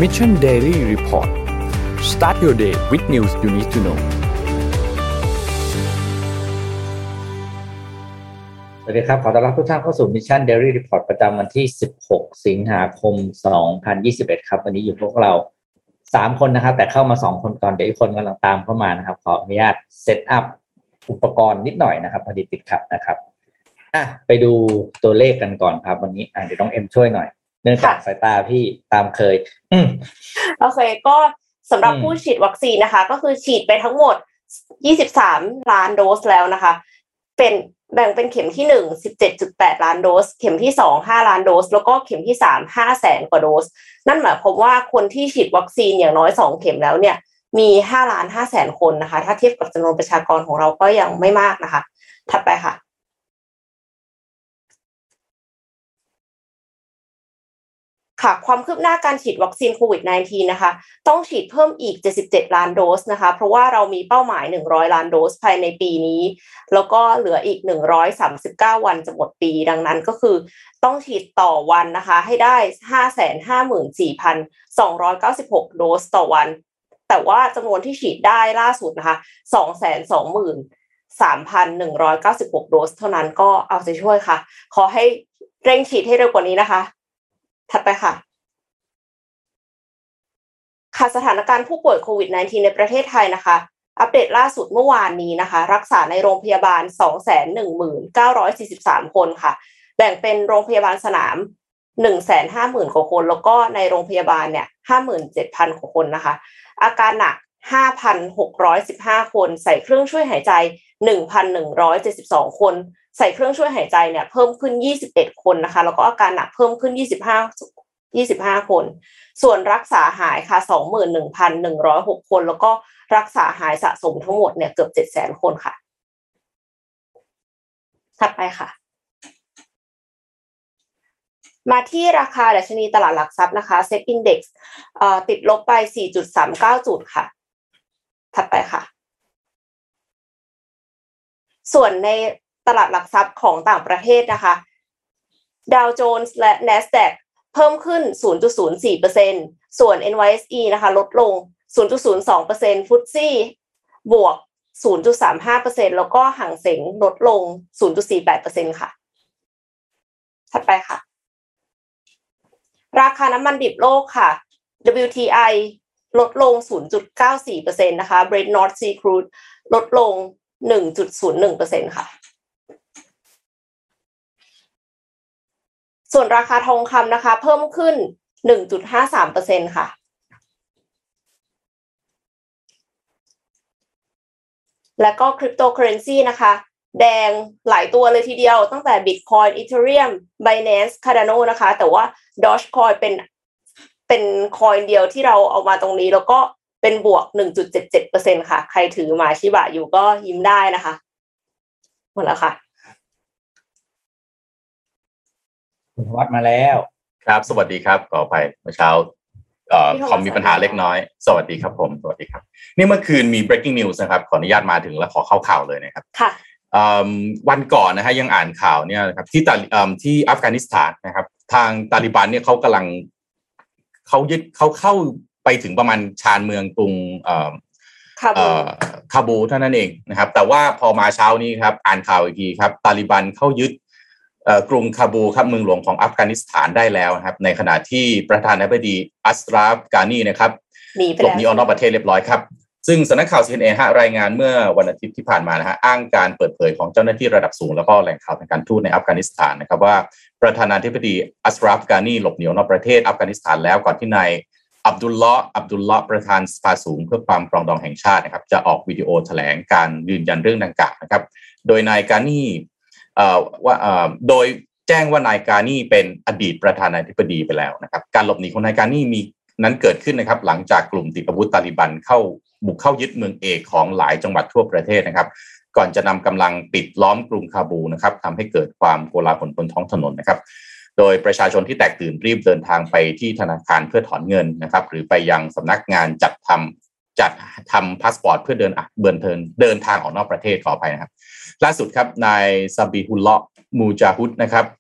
Mission Daily Report Start your day with news you need to know สวัสดีครับขอต้อนรับทุกท่านเข้าสู่ Mission Daily Report ประจำวันที่16สิงหาคม2021ครับวันนี้อยู่พวกเรา3คนนะครับแต่เข้ามา2คนก่อนเดี๋ยวอีกคนกำลังตามเข้ามานะครับขออนุญาตเซตอัพอุปกรณ์นิดหน่อยนะครับพอดีติดขัดนะครับไปดูตัวเลขกันก่อนครับวันนี้เดี๋ยวน้องเอ็มช่วยหน่อยเนื่องจากสายตาพี่ตามเคยโอเคก็สำหรับผู้ฉีดวัคซีนนะคะก็คือฉีดไปทั้งหมด23ล้านโดสแล้วนะคะเป็นแบ่งเป็นเข็มที่1 17.8 ล้านโดสเข็มที่2 5ล้านโดสแล้วก็เข็มที่3 500,000 กว่าโดสนั่นหมายความว่าคนที่ฉีดวัคซีนอย่างน้อย2เข็มแล้วเนี่ยมี5,500,000 คนนะคะถ้าเทียบกับจำนวนประชากรของเราก็ยังไม่มากนะคะถัดไปค่ะค่ะความคืบหน้าการฉีดวัคซีนโควิด -19 นะคะต้องฉีดเพิ่มอีก77ล้านโดสนะคะเพราะว่าเรามีเป้าหมาย100ล้านโดสภายในปีนี้แล้วก็เหลืออีก139วันจะหมดปีดังนั้นก็คือต้องฉีดต่อวันนะคะให้ได้ 554,296 โดสต่อวันแต่ว่าจำนวนที่ฉีดได้ล่าสุดนะคะ223,196 โดสเท่านั้นก็เอาใจช่วยค่ะขอให้เร่งฉีดให้เร็วกว่านี้นะคะถัดไปค่ะสถานการณ์ผู้ป่วยโควิด -19 ในประเทศไทยนะคะอัปเดตล่าสุดเมื่อวานนี้นะคะรักษาในโรงพยาบาล 219,43 คนค่ะแบ่งเป็นโรงพยาบาลสนาม 150,000 กว่าคนแล้วก็ในโรงพยาบาลเนี่ย 57,000 กว่าคนนะคะอาการหนัก 5,615 คนใส่เครื่องช่วยหายใจ 1,172 คนใส่เครื่องช่วยหายใจเนี่ยเพิ่มขึ้น21คนนะคะแล้วก็อาการหนักเพิ่มขึ้น25คนส่วนรักษาหายค่ะ 21,106 คนแล้วก็รักษาหายสะสมทั้งหมดเนี่ยเกือบ 700,000 คนค่ะถัดไปค่ะมาที่ราคาดัชนีตลาดหลักทรัพย์นะคะ Set Index ติดลบไป 4.39 จุดค่ะถัดไปค่ะส่วนในตลาดหลักทรัพย์ของต่างประเทศนะคะ Dow Jones และ Nasdaq เพิ่มขึ้น 0.04% ส่วน NYSE นะคะลดลง 0.02% FTSE บวก 0.35% แล้วก็หังเส็งลดลง 0.48% ค่ะถัดไปค่ะราคาน้ำมันดิบโลกค่ะ WTI ลดลง 0.94% นะคะ Brent North Sea Crude ลดลง 1.01% ค่ะส่วนราคาทองคำนะคะเพิ่มขึ้น 1.53% ค่ะแล้วก็คริปโตเคอเรนซีนะคะแดงหลายตัวเลยทีเดียวตั้งแต่ Bitcoin Ethereum Binance Cardano นะคะแต่ว่า Dogecoin เป็นคอยน์เดียวที่เราเอามาตรงนี้แล้วก็เป็นบวก 1.77% ค่ะใครถือมาชิบะอยู่ก็ยิ้มได้นะคะหมดแล้วค่ะคุณวัดมาแล้วครับสวัสดีครับขออภัยเมื่อเช้าคอมมีปัญหาเล็กน้อยสวัสดีครับผมสวัสดีครับนี่เมื่อคืนมี breaking news นะครับขออนุญาตมาถึงแล้วขอเข้าข่าวเลยนะครับค่ะวันก่อนนะฮะยังอ่านข่าวเนี่ยนะครับที่อัฟกานิสถานนะครับทางตาลิบันเนี่ยเขากำลังเขาเข้าไปถึงประมาณชานเมืองกรุงคาบูเท่านั้นเองนะครับแต่ว่าพอมาเช้านี้ครับอ่านข่าวอีกทีครับตาลิบันเข้ายึดกรุงคาบูครับเมืองหลวงของอัฟกานิสถานได้แล้วนะครับในขณะที่ประธานาธิบดีอัสราฟกานีนะครับหลบหนีออกนอกประเทศเรียบร้อยครับซึ่งสำนักข่าว CNN รายงานเมื่อวันอาทิตย์ที่ผ่านมานะฮะอ้างการเปิดเผยของเจ้าหน้าที่ระดับสูงแล้วก็แหล่งข่าวทางการทูตในอัฟกานิสถานนะครับว่าประธานาธิบดีอัสราฟกานีหลบหนีออกนอกประเทศอัฟกานิสถานแล้วก่อนที่นายอับดุลเลาะห์ประธานสภาสูงเพื่อความปรองดองแห่งชาตินะครับจะออกวิดีโอแถลงการยืนยันเรื่องดังกล่าวนะครับโดยนายกานีโดยแจ้งว่านายกานีเป็นอดีตประธานาธิบดีไปแล้วนะครับการหลบหนีของนายกานีมีนั้นเกิดขึ้นนะครับหลังจากกลุ่มติดอาวุธตาลิบันบุกเข้ายึดเมืองเอกของหลายจังหวัดทั่วประเทศนะครับก่อนจะนำกำลังปิดล้อมกรุงคาบูนะครับทำให้เกิดความโกลาหลบนท้องถนนนะครับโดยประชาชนที่แตกตื่นรีบเดินทางไปที่ธนาคารเพื่อถอนเงินนะครับหรือไปยังสำนักงานจัดทำพาสปอร์ตเพื่อเดินทางออกนอกประเทศขออภัยนะครับล่าสุดครับนายซาบิฮุลเลาะห์มูจาฮุดนะครับโฆ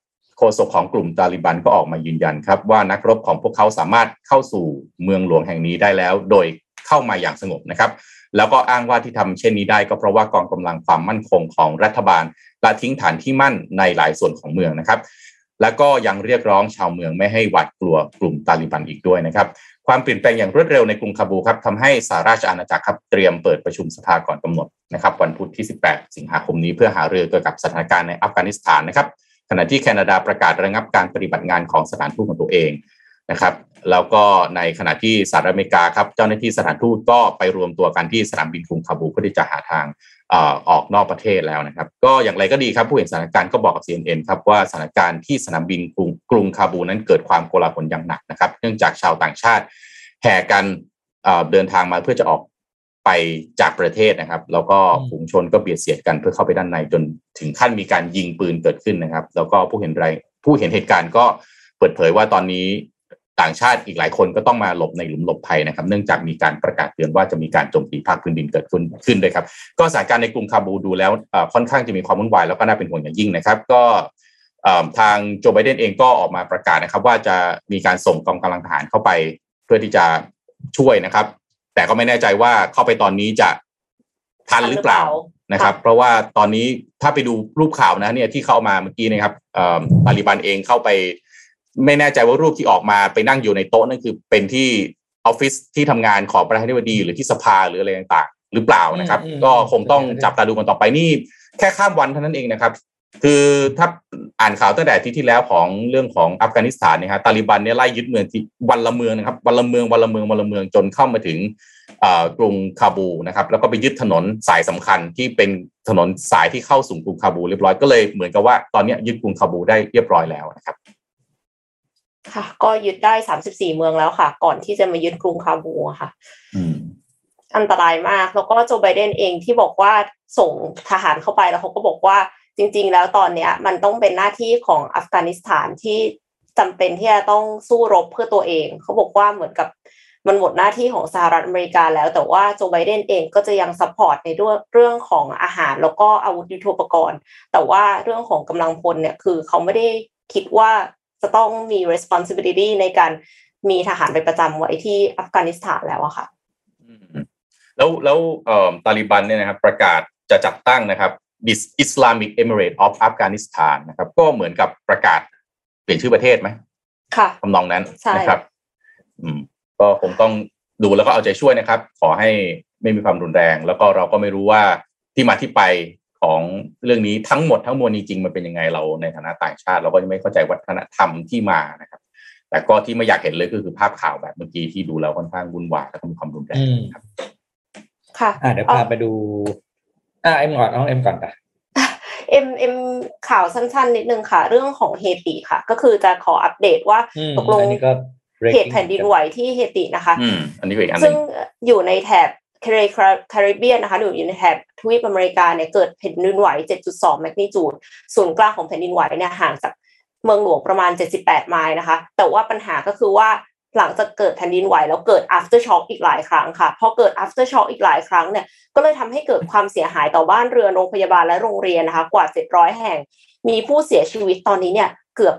ฆษกของกลุ่มตาลิบันก็ออกมายืนยันครับว่านักรบของพวกเขาสามารถเข้าสู่เมืองหลวงแห่งนี้ได้แล้วโดยเข้ามาอย่างสงบนะครับแล้วก็อ้างว่าที่ทำเช่นนี้ได้ก็เพราะว่ากองกำลังความมั่นคงของรัฐบาลละทิ้งฐานที่มั่นในหลายส่วนของเมืองนะครับแล้วก็ยังเรียกร้องชาวเมืองไม่ให้หวาดกลัวกลุ่มตาลิบันอีกด้วยนะครับความเปลี่ยนแปลงอย่างรวดเร็วในกรุงคาบูครับทำให้สหราชอาณาจักรครับเตรียมเปิดประชุมสภาก่อนกำหนดนะครับวันพุธที่18สิงหาคมนี้เพื่อหารือเกี่ยวกับสถานการณ์ในอัฟกานิสถานนะครับขณะที่แคนาดาประกาศระงับการปฏิบัติงานของสถานทูตของตัวเองนะครับแล้วก็ในขณะที่สหรัฐอเมริกาครับเจ้าหน้าที่สถานทูตก็ไปรวมตัวกันที่สนามบินกรุงคาบูเพื่อที่จะหาทางออกนอกประเทศแล้วนะครับก็อย่างไรก็ดีครับผู้เห็นสถานการณ์ก็บอกกับ CNN ครับว่าสถานการณ์ที่สนามบินกรุงคาบูนั้นเกิดความโกลาหลอย่างหนักนะครับเนื่องจากชาวต่างชาติแห่กันเดินทางมาเพื่อจะออกไปจากประเทศนะครับแล้วก็ฝูงชนก็เบียดเสียดกันเพื่อเข้าไปด้านในจนถึงขั้นมีการยิงปืนเกิดขึ้นนะครับแล้วก็ผู้เห็นเหตุการณ์ก็เปิดเผยว่าตอนนี้ต่างชาติอีกหลายคนก็ต้องมาหลบในหลุมหลบภัยนะครับเนื่องจากมีการประกาศเตือนว่าจะมีการโจมตีภาคพื้นดินเกิดขึ้นด้วยครับก็สถานการณ์ในกรุงคาบูดูแล้วค่อนข้างจะมีความวุ่นวายแล้วก็น่าเป็นห่วงอย่างยิ่งนะครับก็ทางโจไบเดนเองก็ออกมาประกาศนะครับว่าจะมีการส่งกองกำลังทหารเข้าไปเพื่อที่จะช่วยนะครับแต่ก็ไม่แน่ใจว่าเข้าไปตอนนี้จะทันหรือเปล่านะครับเพราะว่าตอนนี้ถ้าไปดูรูปข่าวนะเนี่ยที่เขาเอามาเมื่อกี้นะครับตาลิบันเองเข้าไปไม่แน่ใจว่ารูปที่ออกมาไปนั่งอยู่ในโต๊ะนั่นคือเป็นที่ออฟฟิศที่ทำงานของประธานาธิบดีหรือที่สภาหรืออะไรต่างๆหรือเปล่านะครับก็คงต้องจับตาดูกันต่อไปนี่แค่ข้ามวันเท่านั้นเองนะครับคือถ้าอ่านข่าวตั้งแต่ที่แล้วของเรื่องของอัฟกานิสถานเนี่ยครับตาลิบันเนี่ยไล่ยึดเมืองที่วันละเมืองนะครับวันละเมืองจนเข้ามาถึงกรุงคาบูนะครับแล้วก็ไปยึดถนนสายสำคัญที่เป็นถนนสายที่เข้าสู่กรุงคาบูเรียบร้อยก็เลยเหมือนกับว่าตอนนี้ยึดกรุงคาบูได้เรียบร้อยแล้วนะครับค่ะก็ยึดได้34เมืองแล้วค่ะก่อนที่จะมายึดกรุงคาบูค่ะอันตรายมากแล้วก็โจไบเดนเองที่บอกว่าส่งทหารเข้าไปแล้วเขาก็บอกว่าจริงๆแล้วตอนเนี้ยมันต้องเป็นหน้าที่ของอัฟกานิสถานที่จำเป็นที่จะต้องสู้รบเพื่อตัวเองเขาบอกว่าเหมือนกับมันหมดหน้าที่ของสหรัฐอเมริกาแล้วแต่ว่าโจไบเดนเองก็จะยังซัพพอร์ตในเรื่องของอาหารแล้วก็อาวุธยุทโธปกรณ์แต่ว่าเรื่องของกำลังพลเนี่ยคือเขาไม่ได้คิดว่าจะต้องมี responsibility ในการมีทหารไปประจำไว้ที่อัฟกานิสถานแล้วอะค่ะแล้วตาลิบันเนี่ยนะครับประกาศจะจัดตั้งนะครับIslamic Emirate of Afghanistan นะครับก็เหมือนกับประกาศเปลี่ยนชื่อประเทศไหมค่ะทำนองนั้นนะครับก็คงต้องดูแล้วก็เอาใจช่วยนะครับขอให้ไม่มีความรุนแรงแล้วก็เราก็ไม่รู้ว่าที่มาที่ไปของเรื่องนี้ทั้งหมดทั้งมวลจริงๆมันเป็นยังไงเราในฐานะต่างชาติเราก็ยังไม่เข้าใจวัฒนธรรมที่มานะครับแต่ก็ที่ไม่อยากเห็นเลยก็คือภาพข่าวแบบเมื่อกี้ที่ดูแล้วค่อนข้างวุ่นวายและก็มีความรุนแรงครับค่ะเดี๋ยวพาไปดูเอ็มก่อนน้องเอ็มก่อนค่ะเอ็มข่าวสั้นๆนิดนึงค่ะเรื่องของเฮติค่ะก็คือจะขออัปเดตว่าตกลงเหตุแผ่นดินไหวที่เฮตินะคะอันนี้เป็นอันนึงซึ่งอยู่ในแถบแคริบเบียนนะคะอยู่ในแถบทวีปอเมริกาเนี่ยเกิดแผ่นดินไหว 7.2 แมกนิจูดศูนย์กลางของแผ่นดินไหวเนี่ยห่างจากเมืองหลวงประมาณ78ไมล์นะคะแต่ว่าปัญหาก็คือว่าหลังจากเกิดแผ่นดินไหวแล้วเกิด after shock อีกหลายครั้งค่ะพอเกิด after shock อีกหลายครั้งเนี่ยก็เลยทำให้เกิดความเสียหายต่อบ้านเรือนโรงพยาบาลและโรงเรียนนะคะกว่า700แห่งมีผู้เสียชีวิตตอนนี้เนี่ยเกือบ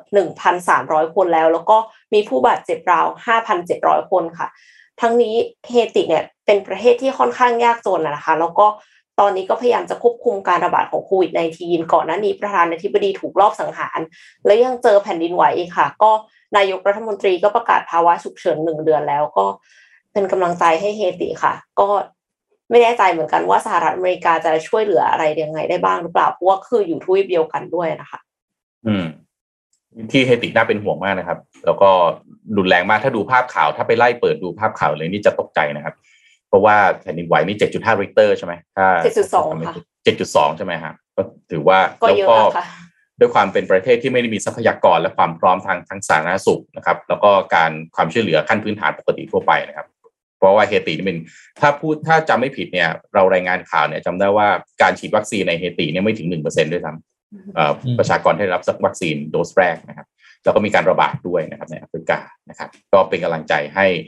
1,300 คนแล้วก็มีผู้บาดเจ็บราว 5,700 คนค่ะทั้งนี้เฮติเนี่ยเป็นประเทศที่ค่อนข้างยากจนนะคะแล้วก็ตอนนี้ก็พยายามจะควบคุมการระบาดของโควิด -19 ก่อนหน้านี้ประธานาธิบดีถูกลอบสังหารและยังเจอแผ่นดินไหวอีกค่ะก็นายกรัฐมนตรีก็ประกาศภาวะฉุกเฉิน1 เดือนแล้วก็เป็นกำลังใจให้เฮติค่ะก็ไม่แน่ใจเหมือนกันว่าสหรัฐอเมริกาจะช่วยเหลืออะไรยังไงได้บ้างหรือเปล่าเพราะว่าคืออยู่ทวีปเดียวกันด้วยนะคะที่เฮติน่าเป็นห่วงมากนะครับแล้วก็รุนแรงมากถ้าดูภาพข่าวถ้าไปไล่เปิดดูภาพข่าวเลยนี่จะตกใจนะครับเพราะว่าแผ่นดินไหวนี่ 7.5 ริกเตอร์ใช่ไหมถ้า 7.2 ค่ะ 7.2 ใช่ไหมครับก็ถือว่าแล้วก็ด้วยความเป็นประเทศที่ไม่ได้มีทรัพยากรและความพร้อมทางสาธารณสุขนะครับแล้วก็การความช่วยเหลือขั้นพื้นฐานปกติทั่วไปนะครับเพราะว่าเฮตินี่เป็นถ้าจำไม่ผิดเนี่ยเรารายงานข่าวเนี่ยจำได้ว่าการฉีดวัคซีนในเฮติเนี่ยไม่ถึง 1% ด้วยซ้ำประชากรที่ได้รับวัคซีนโดสแรกนะครับแล้วก็มีการระบาดด้วยนะครับในแอฟริกานะครับก็เป็นกำลังใจให้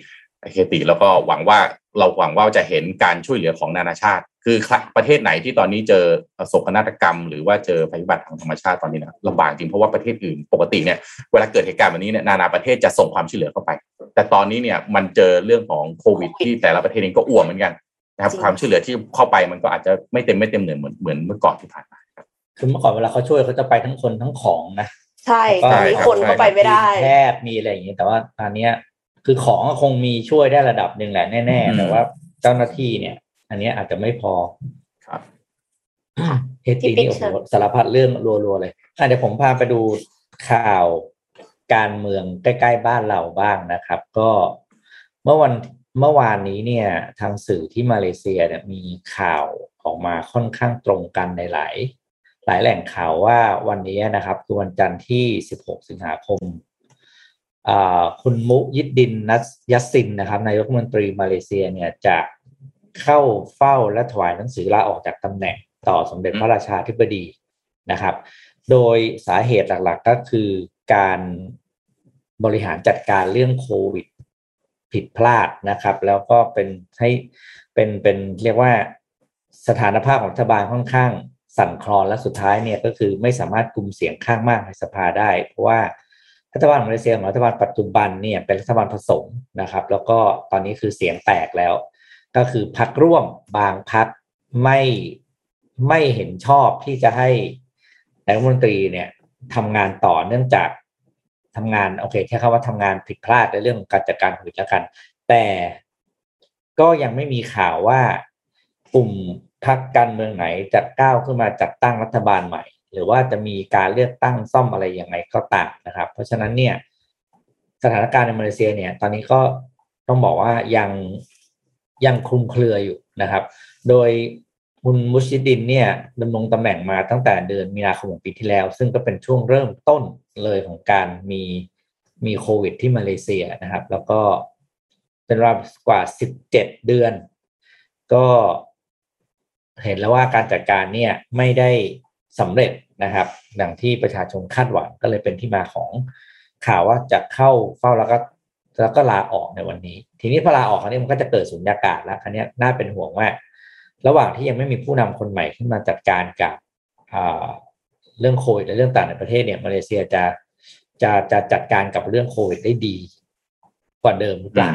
เคติแล้วก็หวังว่าจะเห็นการช่วยเหลือของนานาชาติคือประเทศไหนที่ตอนนี้เจอโศกนาฏกรรมหรือว่าเจอภัยพิบัติทางธรรมชาติตอนนี้นะลำบากจริงเพราะว่าประเทศอื่นปกติเนี่ยเวลาเกิดเหตุการณ์แบบนี้เนี่ยนานาประเทศจะส่งความช่วยเหลือเข้าไปแต่ตอนนี้เนี่ยมันเจอเรื่องของโควิดที่แต่ละประเทศเองก็อ่วมเหมือนกันนะครับความช่วยเหลือที่เข้าไปมันก็อาจจะไม่เต็มเหมือนเมื่อก่อนที่ผ่านมาคือเมื่อก่อนเวลาเขาช่วยเขาจะไปทั้งคนทั้งของนะใช่ตอนนี้คนก็ไปไม่ได้แพทย์มีอะไรอย่างนี้แต่ว่าตอนนี้คือของคงมีช่วยได้ระดับหนึ่งแหละแน่ๆแต่ว่าเจ้าหน้าที่เนี่ยอันนี้อาจจะไม่พอครับเฮตินี่โอ้โหสารพัดเรื่องรัวๆเลยเดี๋ยวผมพาไปดูข่าวการเมืองใกล้ๆบ้านเราบ้างนะครับก็เมื่อวานนี้เนี่ยทางสื่อที่มาเลเซียเนี่ยมีข่าวออกมาค่อนข้างตรงกันในหลายแหล่งข่าวว่าวันนี้นะครับคือวันจันทร์ที่16สิงหาคมคุณมุยิดดินยัสซินนะครับนายกรัฐมนตรีมาเลเซียเนี่ยจะเข้าเฝ้าและถวายหนังสือลาออกจากตำแหน่งต่อสมเด็จพระราชาธิบดีนะครับโดยสาเหตุหลักๆก็คือการบริหารจัดการเรื่องโควิดผิดพลาดนะครับแล้วก็เป็นเรียกว่าสถานภาพของรัฐบาลค่อนข้างสั่นคลอนและสุดท้ายเนี่ยก็คือไม่สามารถกุมเสียงข้างมากในสภาได้เพราะว่ารัฐบาลมาเลเซียของรัฐบาลปัจจุบันเนี่ยเป็นรัฐบาลผสมนะครับแล้วก็ตอนนี้คือเสียงแตกแล้วก็คือพรรคร่วมบางพรรคไม่เห็นชอบที่จะให้นายกรัฐมนตรีเนี่ยทำงานต่อเนื่องจากทำงานโอเคแค่คำว่าทำงานผิดพลาดในเรื่องของการจัดการโควิดแล้วกันแต่ก็ยังไม่มีข่าวว่ากลุ่มพรรคการเมืองไหนจะก้าวขึ้นมาจัดตั้งรัฐบาลใหม่หรือว่าจะมีการเลือกตั้งซ่อมอะไรยังไงก็ตามนะครับเพราะฉะนั้นเนี่ยสถานการณ์ในมาเลเซียเนี่ยตอนนี้ก็ต้องบอกว่ายังคลุมเครืออยู่นะครับโดยคุณมุชิดินเนี่ยดำรงตำแหน่งมาตั้งแต่เดือนมีนาคมของปีที่แล้วซึ่งก็เป็นช่วงเริ่มต้นเลยของการมีโควิดที่มาเลเซียนะครับแล้วก็เป็นเวลากว่า17เดือนก็เห็นแล้วว่าการจัดการเนี่ยไม่ได้สำเร็จนะครับดังที่ประชาชนคาดหวังก็เลยเป็นที่มาของข่าวว่าจะเข้าเฝ้าแล้วก็ลาออกในวันนี้ทีนี้พอลาออกคราวนี้มันก็จะเกิดสุญญากาศแล้วคราวนี้น่าเป็นห่วงว่าระหว่างที่ยังไม่มีผู้นำคนใหม่ขึ้นมาจัดการกับเรื่องโควิดและเรื่องต่างในประเทศเนี่ยมาเลเซียจะจัดการกับเรื่องโควิดได้ดีกว่าเดิมหรือเปล่า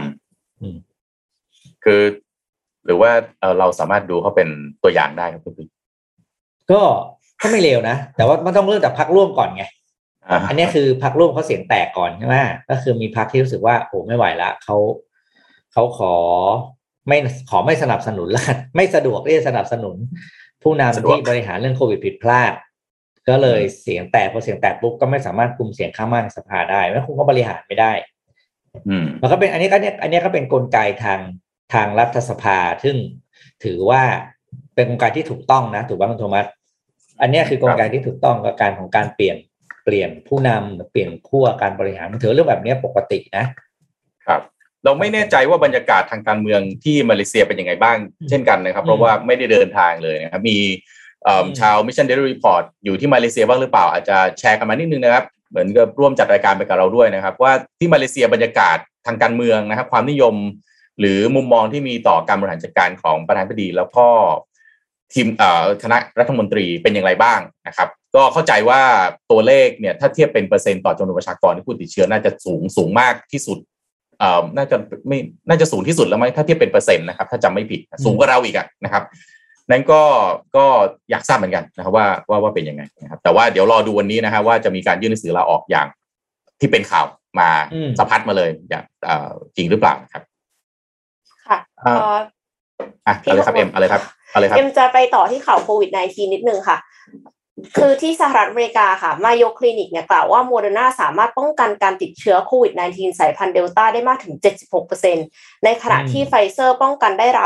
คือหรือว่าเราสามารถดูเขาเป็นตัวอย่างได้ครับพี่ก็ไม่เลวนะแต่ว่ามันต้องเริ่มจากพรรคร่วมก่อนไงอันนี้คือพรรคร่วมเขาเสียงแตกก่อนใช่ไหมก็คือมีพรรคที่รู้สึกว่าโอ้ไม่ไหวละเขาขอไม่สนับสนุนละไม่สะดวกที่จะสนับสนุนผู้นำที่บริหารเรื่องโควิดผิดพลาดก็เลยเสียงแตกพอเสียงแตกปุ๊บก็ไม่สามารถคุมเสียงข้างมากในสภาได้แล้วคุณก็บริหารไม่ได้มันก็เป็นอันนี้ก็เป็นกลไกทางรัฐสภาซึ่งถือว่าเป็นกลไกที่ถูกต้องนะถูกป่ะคุณโทมัสอันนี้คือกลไกที่ถูกต้องกับการเปลี่ยนผู้นำเปลี่ยนขั้วการบริหารมันถือเรื่องแบบนี้ปกตินะครับเราไม่แน่ใจว่าบรรยากาศทางการเมืองที่มาเลเซียเป็นยังไงบ้างเช่นกันนะครับเพราะว่าไม่ได้เดินทางเลยนะครับมีชาว Mission Daily Report อยู่ที่มาเลเซียบ้างหรือเปล่าอาจจะแชร์กันมานิดนึงนะครับเหมือนกับร่วมจัดรายการไปกับเราด้วยนะครับว่าที่มาเลเซียบรรยากาศทางการเมืองนะครับความนิยมหรือมุมมองที่มีต่อการบริหารจัดการของประธานาธิบดีแล้วก็ทีมคณะรัฐมนตรีเป็นอย่างไรบ้างนะครับก็เข้าใจว่าตัวเลขเนี่ยถ้าเทียบเป็นเปอร์เซ็นต์ต่อจำนวนประชากรที่ผู้ติดเชื้อน่าจะสูงมากที่สุดน่าจะสูงที่สุดแล้วไหมถ้าเทียบเป็นเปอร์เซ็นต์นะครับถ้าจำไม่ผิดสูงกว่าเราอีกนะครับนั้นก็อยากทราบเหมือนกันนะครับว่าเป็นยังไงนะครับแต่ว่าเดี๋ยวรอดูวันนี้นะฮะว่าจะมีการยื่นหนังสือลาออกอย่างที่เป็นข่าวมาสะพัดมาเลยอย่างจริงหรือเปล่าครับค่ะอะไรครับอะไรครับเอ็มจะไปต่อที่ข่าวโควิด -19 นิดนึงค่ะคือที่สหรัฐอเมริกาค่ะมาโยคลินิกเนี่ยกล่าวว่าโมเดอร์นาสามารถป้องกันการติดเชื้อโควิด -19 สายพันธุ์เดลต้าได้มากถึง 76% ในขณะที่ไฟเซอร์ป้องกันได้ราว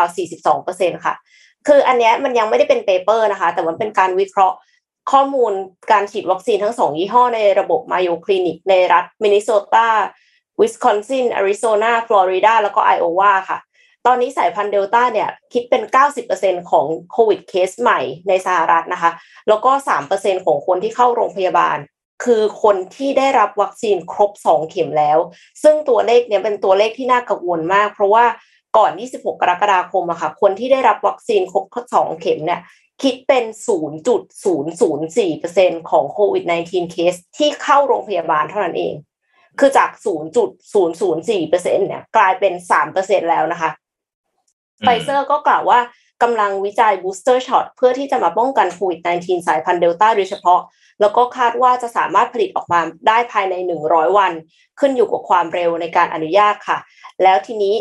42% ค่ะคืออันเนี้ยมันยังไม่ได้เป็นเปเปอร์นะคะแต่มันเป็นการวิเคราะห์ข้อมูลการฉีดวัคซีนทั้ง2ยี่ห้อในระบบมาโยคลินิกในรัฐมินนิโซตาวิสคอนซินแอริโซนาฟลอริดาแล้วก็ไอโอวาค่ะตอนนี้สายพันธุ์เดลต้าเนี่ยคิดเป็น 90% ของโควิดเคสใหม่ในสหรัฐนะคะแล้วก็ 3% ของคนที่เข้าโรงพยาบาลคือคนที่ได้รับวัคซีนครบ2เข็มแล้วซึ่งตัวเลขเนี้ยเป็นตัวเลขที่น่ากังวลมากเพราะว่าก่อน26กรกฎาคมอะค่ะคนที่ได้รับวัคซีนครบ2เข็มเนี่ยคิดเป็น 0.004% ของโควิด-19 เคสที่เข้าโรงพยาบาลเท่านั้นเองคือจาก 0.004% เนี่ยกลายเป็น 3% แล้วนะคะไฟเซอร์ก็กล่าวว่ากำลังวิจัย booster shot เพื่อที่จะมาป้องกันโควิด-19 สายพันธุ์เดลต้าโดยเฉพาะแล้วก็คาดว่าจะสามารถผลิตออกมาได้ภายใน100วันขึ้นอยู่กับความเร็วในการอนุญาตค่ะแล้วทีนี้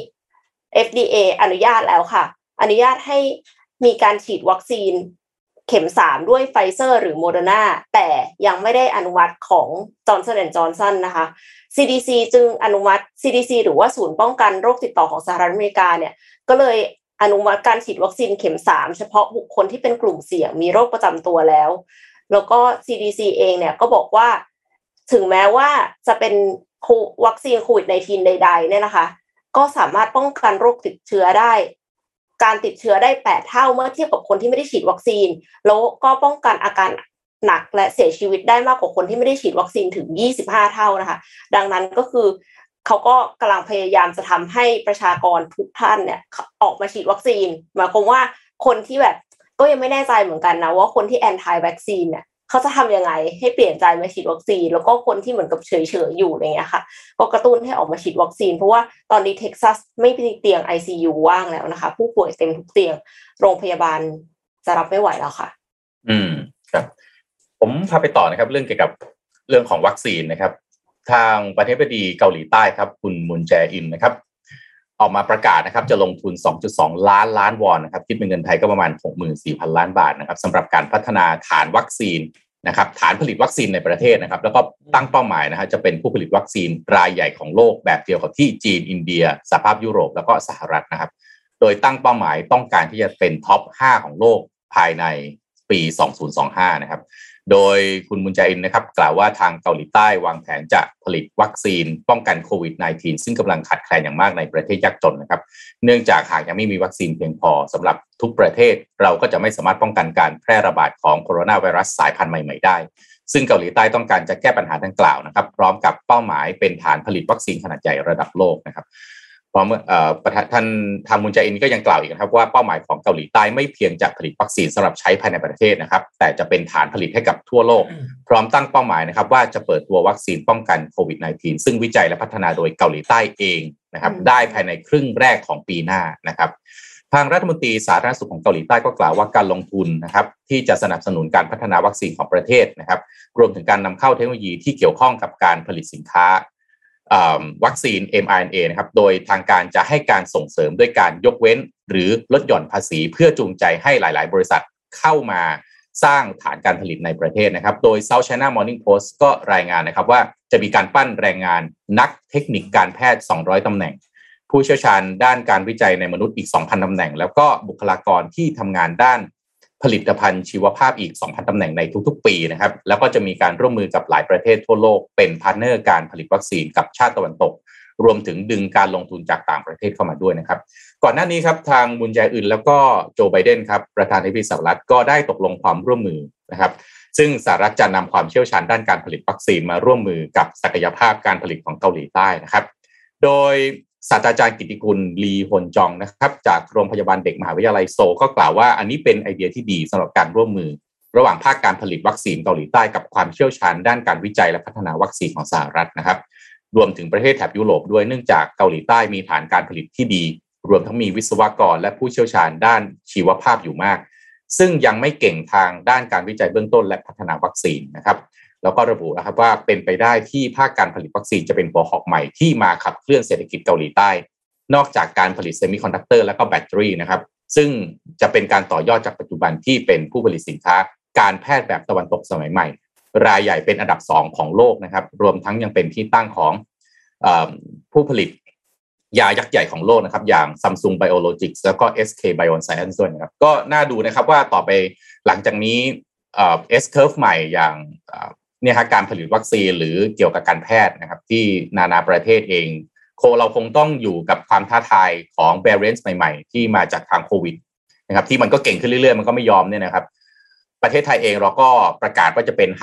FDA อนุญาตแล้วค่ะอนุญาตให้มีการฉีดวัคซีนเข็ม3ด้วยไฟเซอร์หรือโมเดอร์นาแต่ยังไม่ได้อนุมัติของ Johnson & Johnson นะคะ CDC จึงอนุมัติ CDC หรือว่าศูนย์ป้องกันโรคติดต่อของสหรัฐอเมริกาเนี่ยก็เลยอนุมัติการฉีดวัคซีนเข็ม3เฉพาะบุคคลที่เป็นกลุ่มเสี่ยงมีโรคประจำตัวแล้วก็ CDC เองเนี่ยก็บอกว่าถึงแม้ว่าจะเป็นวัคซีนโควิด-19 ใดๆเนี่ยนะคะก็สามารถป้องกันโรคติดเชื้อได้การติดเชื้อได้8เท่าเมื่อเทียบกับคนที่ไม่ได้ฉีดวัคซีนแล้วก็ป้องกันอาการหนักและเสียชีวิตได้มากกว่าคนที่ไม่ได้ฉีดวัคซีนถึง25เท่านะคะดังนั้นก็คือเขาก็กำลังพยายามจะทำให้ประชากรทุกท่านเนี่ยออกมาฉีดวัคซีนหมายความว่าคนที่แบบก็ยังไม่แน่ใจเหมือนกันนะว่าคนที่แอนตี้วัคซีนเนี่ยเขาจะทำยังไงให้เปลี่ยนใจมาฉีดวัคซีนแล้วก็คนที่เหมือนกับเฉยๆอยู่อะไรเงี้ยค่ะก็กระตุ้นให้ออกมาฉีดวัคซีนเพราะว่าตอนนี้เท็กซัสไม่มีเตียง ICU ว่างแล้วนะคะผู้ป่วยเต็มทุกเตียงโรงพยาบาลจะรับไม่ไหวแล้วค่ะครับผมพาไปต่อนะครับเรื่องเกี่ยวกับเรื่องของวัคซีนนะครับทางประธานาธิบดีเกาหลีใต้ครับคุณมุนแจอินนะครับออกมาประกาศนะครับจะลงทุน 2.2 ล้านวอนนะครับคิดเป็นเงินไทยก็ประมาณ 64,000 ล้านบาทนะครับสำหรับการพัฒนาฐานวัคซีนนะครับฐานผลิตวัคซีนในประเทศนะครับแล้วก็ตั้งเป้าหมายนะฮะจะเป็นผู้ผลิตวัคซีนรายใหญ่ของโลกแบบเดียวกับที่จีนอินเดียสหภาพยุโรปแล้วก็สหรัฐนะครับโดยตั้งเป้าหมายต้องการที่จะเป็นท็อป 5 ของโลกภายในปี 2025 นะครับโดยคุณมุนแจอินนะครับกล่าวว่าทางเกาหลีใต้วางแผนจะผลิตวัคซีนป้องกันโควิด-19 ซึ่งกำลังขาดแคลนอย่างมากในประเทศยากจนนะครับเนื่องจากหากยังไม่มีวัคซีนเพียงพอสำหรับทุกประเทศเราก็จะไม่สามารถป้องกันการแพร่ระบาดของโคโรนาไวรัสสายพันธุ์ใหม่ๆได้ซึ่งเกาหลีใต้ต้องการจะแก้ปัญหาดังกล่าวนะครับพร้อมกับเป้าหมายเป็นฐานผลิตวัคซีนขนาดใหญ่ระดับโลกนะครับพร้อมท่านทางมุนแจอินก็ยังกล่าวอีกนะครับว่าเป้าหมายของเกาหลีใต้ไม่เพียงจะผลิตวัคซีนสำหรับใช้ภายในประเทศนะครับแต่จะเป็นฐานผลิตให้กับทั่วโลกพร้อมตั้งเป้าหมายนะครับว่าจะเปิดตัววัคซีนป้องกันโควิด-19 ซึ่งวิจัยและพัฒนาโดยเกาหลีใต้เองนะครับได้ภายในครึ่งแรกของปีหน้านะครับทางรัฐมนตรีสาธารณสุขของเกาหลีใต้ก็กล่าวว่าการลงทุนนะครับที่จะสนับสนุนการพัฒนาวัคซีนของประเทศนะครับรวมถึงการนำเข้าเทคโนโลยีที่เกี่ยวข้องกับการผลิตสินค้าวัคซีน mRNA นะครับโดยทางการจะให้การส่งเสริมด้วยการยกเว้นหรือลดหย่อนภาษีเพื่อจูงใจให้หลายๆบริษัทเข้ามาสร้างฐานการผลิตในประเทศนะครับโดย South China Morning Post ก็รายงานนะครับว่าจะมีการปั้นแรงงานนักเทคนิคการแพทย์200ตำแหน่งผู้เชี่ยวชาญด้านการวิจัยในมนุษย์อีก 2,000 ตำแหน่งแล้วก็บุคลากรที่ทำงานด้านผลิตภัณฑ์ชีวภาพอีก 2,000 ตำแหน่งในทุกๆปีนะครับแล้วก็จะมีการร่วมมือกับหลายประเทศทั่วโลกเป็นพาร์ทเนอร์การผลิตวัคซีนกับชาติตะวันตกรวมถึงดึงการลงทุนจากต่างประเทศเข้ามาด้วยนะครับก่อนหน้านี้ครับทางมุนแจอินแล้วก็โจไบเดนครับประธานาธิบดีสหรัฐก็ได้ตกลงความร่วมมือนะครับซึ่งสหรัฐจะนำความเชี่ยวชาญด้านการผลิตวัคซีนมาร่วมมือกับศักยภาพการผลิตของเกาหลีใต้นะครับโดยศาสตราจารย์กิตติกุลลีฮวนจองนะครับจากโรงพยาบาลเด็กมหาวิทยาลัยโซลก็กล่าวว่าอันนี้เป็นไอเดียที่ดีสำหรับการร่วมมือระหว่างภาคการผลิตวัคซีนเกาหลีใต้กับความเชี่ยวชาญด้านการวิจัยและพัฒนาวัคซีนของสหรัฐนะครับรวมถึงประเทศแถบยุโรปด้วยเนื่องจากเกาหลีใต้มีฐานการผลิตที่ดีรวมทั้งมีวิศวกรและผู้เชี่ยวชาญด้านชีวภาพอยู่มากซึ่งยังไม่เก่งทางด้านการวิจัยเบื้องต้นและพัฒนาวัคซีนนะครับแล้วก็ระบุนะครับว่าเป็นไปได้ที่ภาคการผลิตวัคซีนจะเป็นหัวหอกใหม่ที่มาขับเคลื่อนเศรษฐกิจเกาหลีใต้นอกจากการผลิตเซมิคอนดักเตอร์และก็แบตเตอรี่นะครับซึ่งจะเป็นการต่อยอดจากปัจจุบันที่เป็นผู้ผลิตสินค้าการแพทย์แบบตะวันตกสมัยใหม่รายใหญ่เป็นอันดับ2ของโลกนะครับรวมทั้งยังเป็นที่ตั้งของผู้ผลิตยายักษ์ใหญ่ของโลกนะครับอย่าง Samsung Biologics แล้วก็ SK Bioscience ด้วยนะครับก็น่าดูนะครับว่าต่อไปหลังจากนี้S-curve ใหม่อย่างเนี่ยครับการผลิตวัคซีนหรือเกี่ยวกับการแพทย์นะครับที่นานาประเทศเองเราคงต้องอยู่กับความท้าทายของ variants ใหม่ๆที่มาจากทางโควิดนะครับที่มันก็เก่งขึ้นเรื่อยๆมันก็ไม่ยอมเนี่ยนะครับประเทศไทยเองเราก็ประกาศว่าจะเป็นฮับ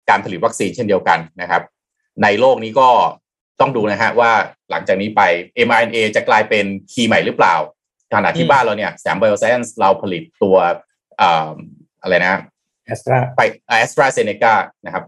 การผลิตวัคซีนเช่นเดียวกันนะครับในโลกนี้ก็ต้องดูนะฮะว่าหลังจากนี้ไป mRNA จะกลายเป็นคีย์ใหม่หรือเปล่าขณะที่บ้านเราเนี่ยแสม Bioscience เราผลิตตัวอะไรนะไป AstraZeneca นะครับ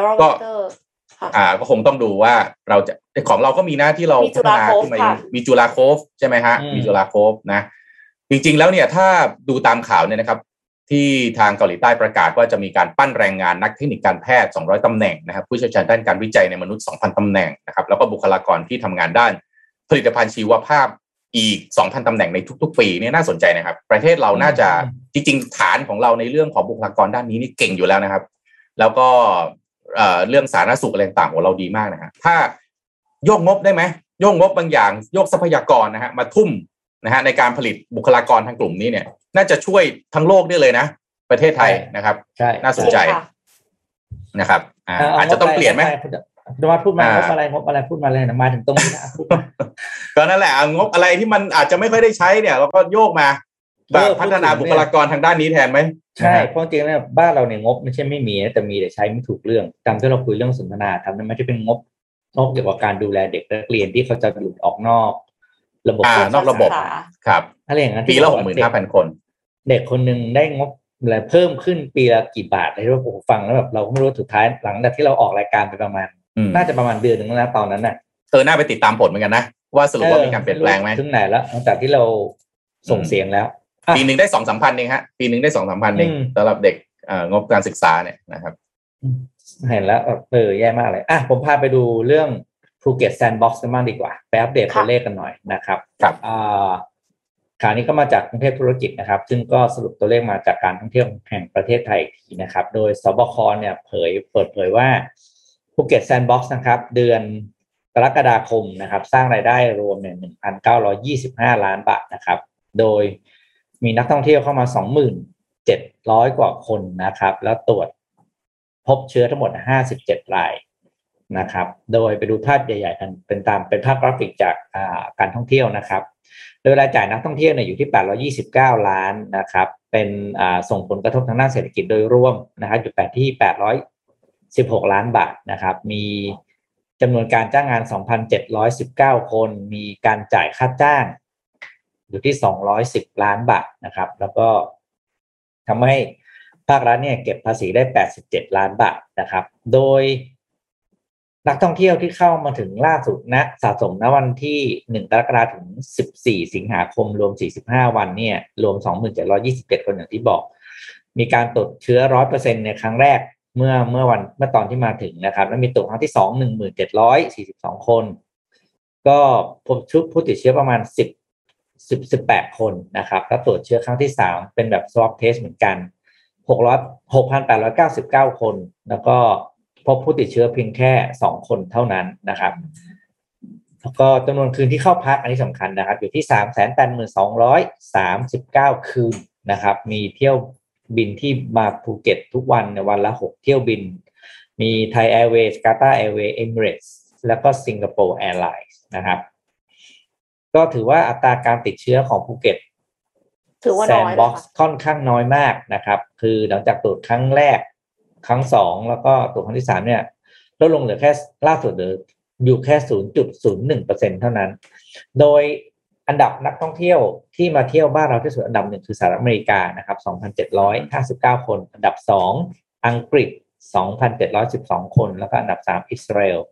ก็คงต้องดูว่าเราจะของเราก็มีนะที่เราพัฒนาขึ้นมามีจุฬาโคฟใช่ไหมฮะมีจุฬาโคฟนะจริงๆแล้วเนี่ยถ้าดูตามข่าวเนี่ยนะครับที่ทางเกาหลีใต้ประกาศว่าจะมีการปั้นแรงงานนักเทคนิคการแพทย์200ตำแหน่งนะครับผู้เชี่ยวชาญด้านการวิจัยในมนุษย์ 2,000 ตำแหน่งนะครับแล้วก็บุคลากรที่ทำงานด้านผลิตภัณฑ์ชีวภาพอีก 2,000 ตำแหน่งในทุกๆปีเนี่ยน่าสนใจนะครับประเทศเราน่าจะจริงๆฐานของเราในเรื่องของบุคลากรด้านนี้นี่เก่งอยู่แล้วนะครับแล้วก็เรื่องสาธารณสุขอะไรต่างๆของเราดีมากนะฮะถ้าโยกงบได้ไหมโยกงบบางอย่างโยกทรัพยากรนะฮะมาทุ่มนะฮะในการผลิตบุคลากรทางกลุ่มนี้เนี่ยน่าจะช่วยทั้งโลกได้เลยนะประเทศไทยนะครับน่าสนใจนะครับอาจจะต้องเปลี่ยนไหมว่าพูดมางบอะไรพูดมาเลยนะมาถึงตรงนี้นะก็นั่นแหละงบอะไรที่มันอาจจะไม่ค่อยได้ใช้เนี่ยเราก็โยกมาแบบพัฒนาบุคลากรทางด้านนี้แทนไหมใช่เพราะจริงๆเนี่ยบ้านเราเนี่ยงบไม่ใช่ไม่มีแต่มีแต่ใช้ไม่ถูกเรื่องตามที่เราคุยเรื่องสนทนาทำนั้นไม่ใช่เป็นงบเกี่ยวกับการดูแลเด็กนักเรียนที่เขาจะหลุดออกนอกระบบนอกระบบครับอะไรอย่างนั้นปีละ 65,000 คนเด็กคนนึงได้งบอะไรเพิ่มขึ้นปีละกี่บาทอะไรที่เราฟังแล้วแบบเราไม่รู้สุดท้ายหลังจากที่เราออกรายการไปประมาณน่าจะประมาณเดือนนึงแล้วตอนนั้นน่ะน่าไปติดตามผลเหมือนกันนะว่าสรุปว่ามีการเปลี่ยนแปลงไหมถึงไหนแล้วหลังจากที่เราส่งเสียงแล้วปีนึงได้ 2-3 พันเองฮะปีนึงได้ 2-3 พันเองสำหรับเด็กงบการศึกษาเนี่ยนะครับเห็นแล้วแย่มากเลยผมพาไปดูเรื่องภูเก็ตแซนด์บ็อกซ์กันบ้างดีกว่าไปอัปเดตตัวเลขกันหน่อยนะครับข่าวนี้ก็มาจากกรุงเทพธุรกิจนะครับซึ่งก็สรุปตัวเลขมาจากการท่องเที่ยวแห่งประเทศไทยอีกทีนะครับโดยสบคเนี่ยเปิดเผยว่าภูเก็ตแซนด์บ็อกซ์นะครับเดือนกรกฎาคมนะครับสร้างรายได้รวมเนี่ย 1,925 ล้านบาทนะครับโดยมีนักท่องเที่ยวเข้ามา 2,700 กว่าคนนะครับแล้วตรวจพบเชื้อทั้งหมด57รายนะครับโดยไปดูภาพใหญ่ๆกันเป็นภาพกราฟิกจากการท่องเที่ยวนะครับโดยรายจ่ายนักท่องเที่ยวเนี่ยอยู่ที่829ล้านนะครับเป็นส่งผลกระทบทางด้านเศรษฐกิจโดยรวมนะครับอยู่ที่816ล้านบาทนะครับมีจำนวนการจ้างงาน 2,719 คนมีการจ่ายค่าจ้างอยู่ที่210ล้านบาทนะครับแล้วก็ทำให้ภาครัฐเนี่ยเก็บภาษีได้87ล้านบาทนะครับโดยนักท่องเที่ยวที่เข้ามาถึงล่าสุดนะสะสมณวันที่1กรกฎาคมถึง14สิงหาคมรวม45วันเนี่ยรวม 2,727 คนอย่างที่บอกมีการตรวจเชื้อ 100% ในครั้งแรกเมื่อตอนที่มาถึงนะครับแล้วมีตรวจครั้งที่2 1742 คนก็พบผู้ติดเชื้อประมาณ18 คนนะครับแล้วตรวจเชื้อครั้งที่3เป็นแบบ swab test เหมือนกัน6,899 คนแล้วก็พบผู้ติดเชื้อเพียงแค่2คนเท่านั้นนะครับแล้วก็จำนวนคืนที่เข้าพักอันนี้สำคัญนะครับอยู่ที่ 382,239 คืนนะครับมีเที่ยวบินที่มาภูเก็ตทุกวันในวันละ6เที่ยวบินมีไทยแอร์เวย์กาตาร์แอร์เวย์เอมิเรตส์แล้วก็สิงคโปร์แอร์ไลน์นะครับก็ถือว่าอัตราการติดเชื้อของภูเก็ตแซนด์บ็อกซ์ค่อนข้างน้อยมากนะครับคือหลังจากตรวจครั้งแรกครั้ง2แล้วก็ตรวจครั้งที่3เนี่ยลดลงเหลือแค่ล่าสุดเหลืออยู่แค่ 0.01% เท่านั้นโดยอันดับนักท่องเที่ยวที่มาเที่ยวบ้านเราที่สุดอันดับ1คือสหรัฐอเมริกานะครับ 2,759 คนอันดับ2อังกฤษ 2,712 คนแล้วก็อันดับ3อิสราเอล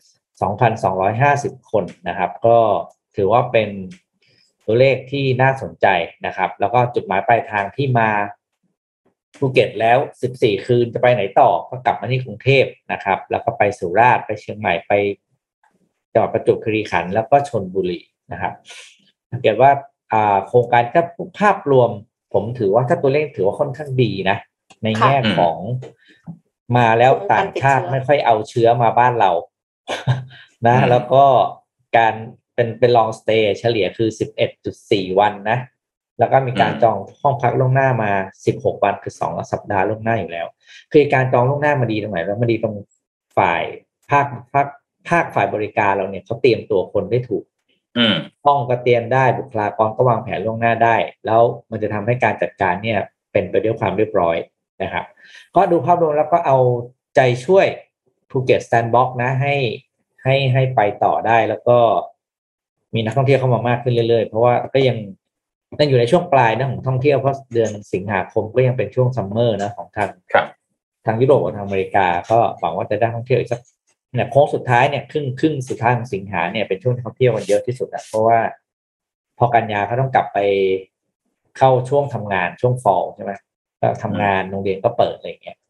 2,250 คนนะครับก็ถือว่าเป็นตัวเลขที่น่าสนใจนะครับแล้วก็จุดหมายปลายทางที่มาภูเก็ตแล้ว14คืนจะไปไหนต่อก็กลับมาที่กรุงเทพนะครับแล้วก็ไปสุราษฎร์ไปเชียงใหม่ไปจังหวัดประจวบคีรีขันธ์แล้วก็ชลบุรีนะครับสังเกตว่าโครงการถ้าภาพรวมผมถือว่าถ้าตัวเลขถือว่าค่อนข้างดีนะในแง่ของมาแล้วต่างชาติไม่ค่อยเอาเชื้อมาบ้านเรานะแล้วก็การเป็น long stay เฉลี่ยคือ 11.4 วันนะแล้วก็มีการจองห้องพักล่วงหน้ามา16วันคือ2สัปดาห์ล่วงหน้าอยู่แล้วคือการจองล่วงหน้ามาดีตรงไหนแล้วมาดีตรงฝ่ายภาคฝ่ายบริการเราเนี่ยเขาเตรียมตัวคนได้ถูกห้องก็เตรียมได้บุคลากรก็วางแผนล่วงหน้าได้แล้วมันจะทำให้การจัดการเนี่ยเป็นไปด้วยความเรียบร้อยนะครับก็ดูภาพรวมแล้วก็เอาใจใจช่วยภูเก็ตแซนด์บ็อกซ์นะให้ไปต่อได้แล้วก็มีนักท่องเที่ยวเข้ามามากขึ้นเรื่อยๆเพราะว่าก็ยังอยู่ในช่วงปลายนะของท่องเที่ยวเพราะเดือนสิงหาคมก็ยังเป็นช่วงซัมเมอร์นะของทางยุโรปกับทางอเมริกาก็หวังว่าจะได้ท่องเที่ยวอีกสักเนี่ยโค้งสุดท้ายเนี่ยครึ่งสุดท้ายของสิงหาเนี่ยเป็นช่วงที่ท่องเที่ยวกันเยอะที่สุดเพราะว่าพอกันยาเขาต้องกลับไปเข้าช่วงทำงานช่วงฟอลใช่ไหมก็ทำงานโรงเรียนก็เปิดอะไรอย่างเงี้ย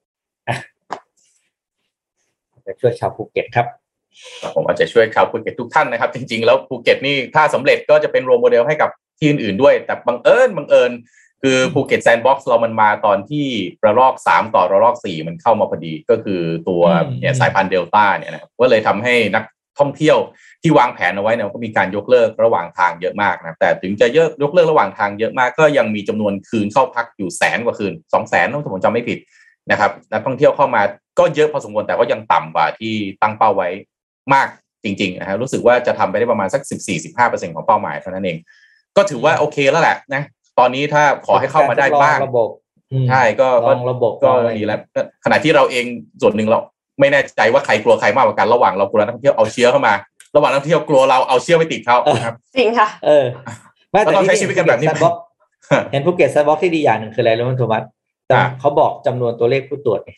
จะช่วยชาวภูเก็ตครับผมอาจจะช่วยชาวภูเก็ตทุกท่านนะครับจริงๆแล้วภูเก็ตนี่ถ้าสำเร็จก็จะเป็นโรลโมเดลให้กับที่อื่นๆด้วยแต่บังเอิญคือภูเก็ตแซนด์บ็อกซ์เรามันมาตอนที่ระลอก3ต่อระลอก4มันเข้ามาพอดีก็คือตัวเนี่ยสายพันธุ์เดลต้าเนี่ยนะครับก็เลยทำให้นักท่องเที่ยวที่วางแผนเอาไว้เนี่ยก็มีการยกเลิกระหว่างทางเยอะมากนะแต่ถึงจะยกเลิกระหว่างทางเยอะมากก็ยังมีจำนวนคืนเข้าพักอยู่100,000 กว่าคืน 200,000 ถ้าผมจำไม่ผิดนะครับนักท่องเที่ยวเข้ามาก็เยอะพอสมควรแต่ก็ยังต่ำกว่าที่ตั้งเป้าไว้มากจริงๆนะครับรู้สึกว่าจะทำไปได้ประมาณสัก 14-15% ของเป้าหมายเท่านั้นเองก็ถือว่าโอเคแล้วแหละนะตอนนี้ถ้าขอให้เข้ามาได้บ้างใช่ก็ระบบก็ดีแล้วขณะที่เราเองส่วนหนึ่งเราไม่แน่ใจว่าใครกลัวใครมากกว่ากันระหว่างเรากลัวนักท่องเที่ยวเอาเชื้อเข้ามาระหว่างนักท่องเที่ยวกลัวเราเอาเชื้อไปติดเขาครับจริงค่ะไม่แต่ต้องใช้ชีวิตกันแบบนี้เห็นภูเก็ตแซนด์บ็อกซ์ที่ดีอย่างหนึ่งคืออะไรรู้ไหมโทมัสเขาบอกจำนวนตัวเลขผู้ตรวจ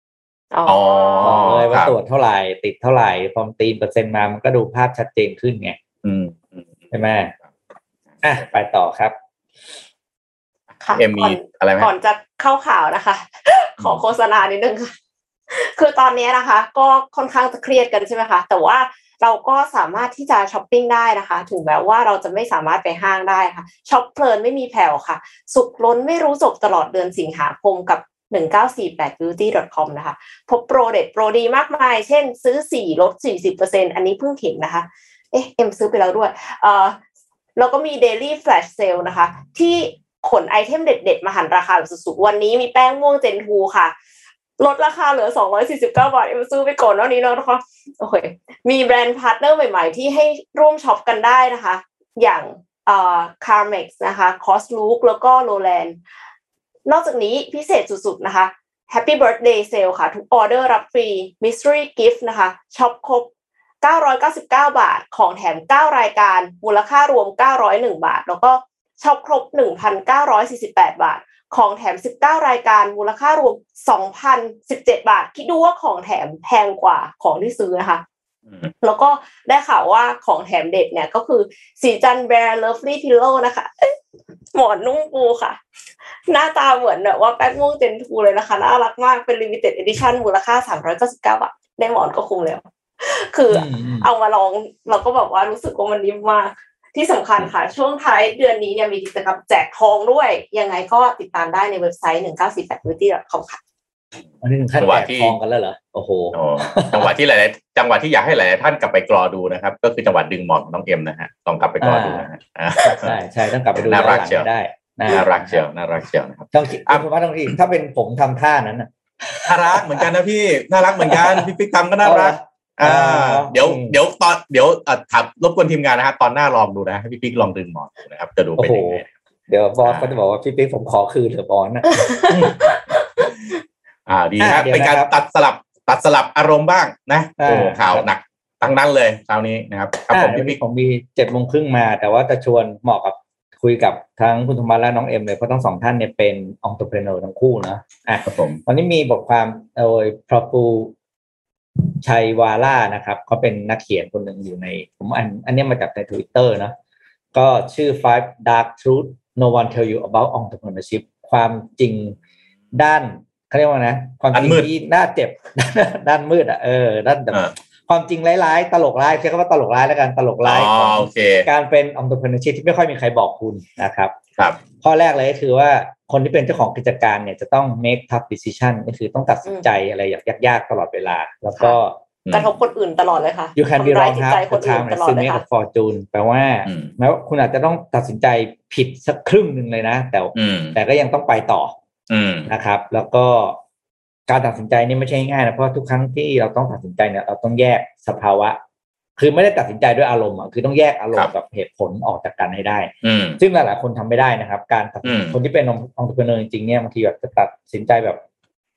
เลยว่าตรวจเท่าไหร่ติดเท่าไหร่พอตีเปอร์เซ็นต์มามันก็ดูภาพชัดเจนขึ้นไงใช่ไหมไปต่อครับมีอะไรไหมก่อนจะเข้าข่าวนะคะขอโฆษณานิดนึงค่ะคือตอนนี้นะคะก็ค่อนข้างจะเครียดกันใช่ไหมคะแต่ว่าเราก็สามารถที่จะช้อปปิ้งได้นะคะถึงแม้ว่าเราจะไม่สามารถไปห้างได้ค่ะช็อปเพลินไม่มีแผ่วค่ะสุขล้นไม่รู้จบตลอดเดือนสิงหาคมกับ1948beauty.com นะคะพบโปรเด็ดโปรดีมากมายเช่นซื้อ4ลด 40% อันนี้เพิ่งเห็นนะคะเอ็มซื้อไปแล้วด้วยแล้วก็มี Daily Flash Sale นะคะที่ขนไอเทมเด็ดๆมาหันราคาแบบสุดๆวันนี้มีแป้งม่วงเจนทูค่ะลดราคาเหลือ249 บาทเอ็มซื้อไปก่อนแล้วนี้แล้วนะคะโอเคมีแบรนด์พาร์ทเนอร์ใหม่ๆที่ให้ร่วมช็อปกันได้นะคะอย่างCarmex นะคะ Coslook แล้วก็ Lowlandนอกจากนี้พิเศษสุดๆนะคะ Happy Birthday Sale ค่ะทุกออเดอร์รับฟรี Mystery Gift นะคะช็อปครบ999 บาทของแถม9รายการมูลค่ารวม901 บาทแล้วก็ช็อปครบ 1,948 บาทของแถม19รายการมูลค่ารวม 2,017 บาทคิดดูว่าของแถมแพงกว่าของที่ซื้อนะคะแล้วก็ได้ข่าวว่าของแถมเด็ดเนี่ยก็คือสีจัน Bear Lovely Pillow นะคะหมอนนุ่งปูค่ะหน้าตาเหมือนแบบว่าแป้งม่วงเจนทูเลยนะคะน่ารักมากเป็น Limited Edition มูลค่า399 บาทได้หมอนก็คุ้มแล้วคือเอามาลองเราก็แบบว่ารู้สึกว่ามันนิ่มมากที่สำคัญค่ะช่วงท้ายเดือนนี้เนี่ยมีกิจกรรมแจกทองด้วยยังไงก็ติดตามได้ในเว็บไซต์1948beauty.com ค่ะอันนี้ถึงขั้นแจกทองกันแล้วเหรอโอ้โหจังหวัดที่หลายๆจังหวัดที่อยากให้หลายท่านกลับไปกรอดูนะครับก็คือจังหวัดดึงหมอนของน้องเอ็มนะฮะต้องกลับไปกรอดูนะฮะใช่ต้องกลับไปดูน่ารักเชียวได้น่ารักเชียวนะครับต้องคิดว่าต้องถ้าเป็นผมทำท่านั้นน่ารักเหมือนกันนะพี่น่ารักเหมือนกันพี่ปิ๊กทำก็น่ารักเดี๋ยวถัดรบกวนทีมงานนะครับตอนหน้าลองดูนะให้พี่ปิ๊กลองดึงหมอนนะครับจะดูเป็นยังไงเดี๋ยวบอสก็จะบอกว่าพี่ปิ๊กผมขอคืนเถอะบอสนะดีครับเป็นการตัดสลับอารมณ์บ้างนะโอ้ข่าวหนักทั้งนั้นเลยคราวนี้นะครับครับผมพี่ปิ๊กผมมี 7:30 น.มาแต่ว่าจะชวนเหมาะกับคุยกับทั้งคุณธรรมะและน้องเอ็มเลยเพราะทั้งสองท่านเนี่ยเป็น entrepreneur ทั้งคู่นะครับผมวันนี้มีบทความโดยพระปูชัยวาล่านะครับเขาเป็นนักเขียนคนหนึ่งอยู่ในผมอันนี้มาจากใน Twitter นะก็ชื่อ 5 Dark Truth No One Tell You About Entrepreneurship ความจริงด้านเขาเรียกว่านะความจริงที่น่าเจ็บด้านมืดด้านความจริงร้ายๆตลกร้ายใช้คำว่าตลกร้ายแล้วกันตลกร้ายของการเป็น entrepreneurship ที่ไม่ค่อยมีใครบอกคุณนะครับข้อแรกเลยก็คือว่าคนที่เป็นเจ้าของกิจการเนี่ยจะต้อง make tough decision ก็คือต้องตัดสินใจอะไรยากๆตลอดเวลาแล้วก็กระทบคนอื่นตลอดเลยค่ะ You can be wrong half the time and still make a fortune แปลว่าแม้ว่าคุณอาจจะต้องตัดสินใจผิดสักครึ่งนึงเลยนะแต่ก็ยังต้องไปต่อนะครับแล้วก็การตัดสินใจนี่ไม่ใช่ง่ายนะเพราะทุกครั้งที่เราต้องตัดสินใจเนี่ยเราต้องแยกสภาวะคือไม่ได้ตัดสินใจด้วยอารมณ์คือต้องแยกอารมณ์กับเหตุผลออกจากกันให้ได้ซึ่งหลายๆคนทำไม่ได้นะครับการคนที่เป็นentrepreneurจริงๆเนี่ยบางทีแบบจะตัดสินใจแบบ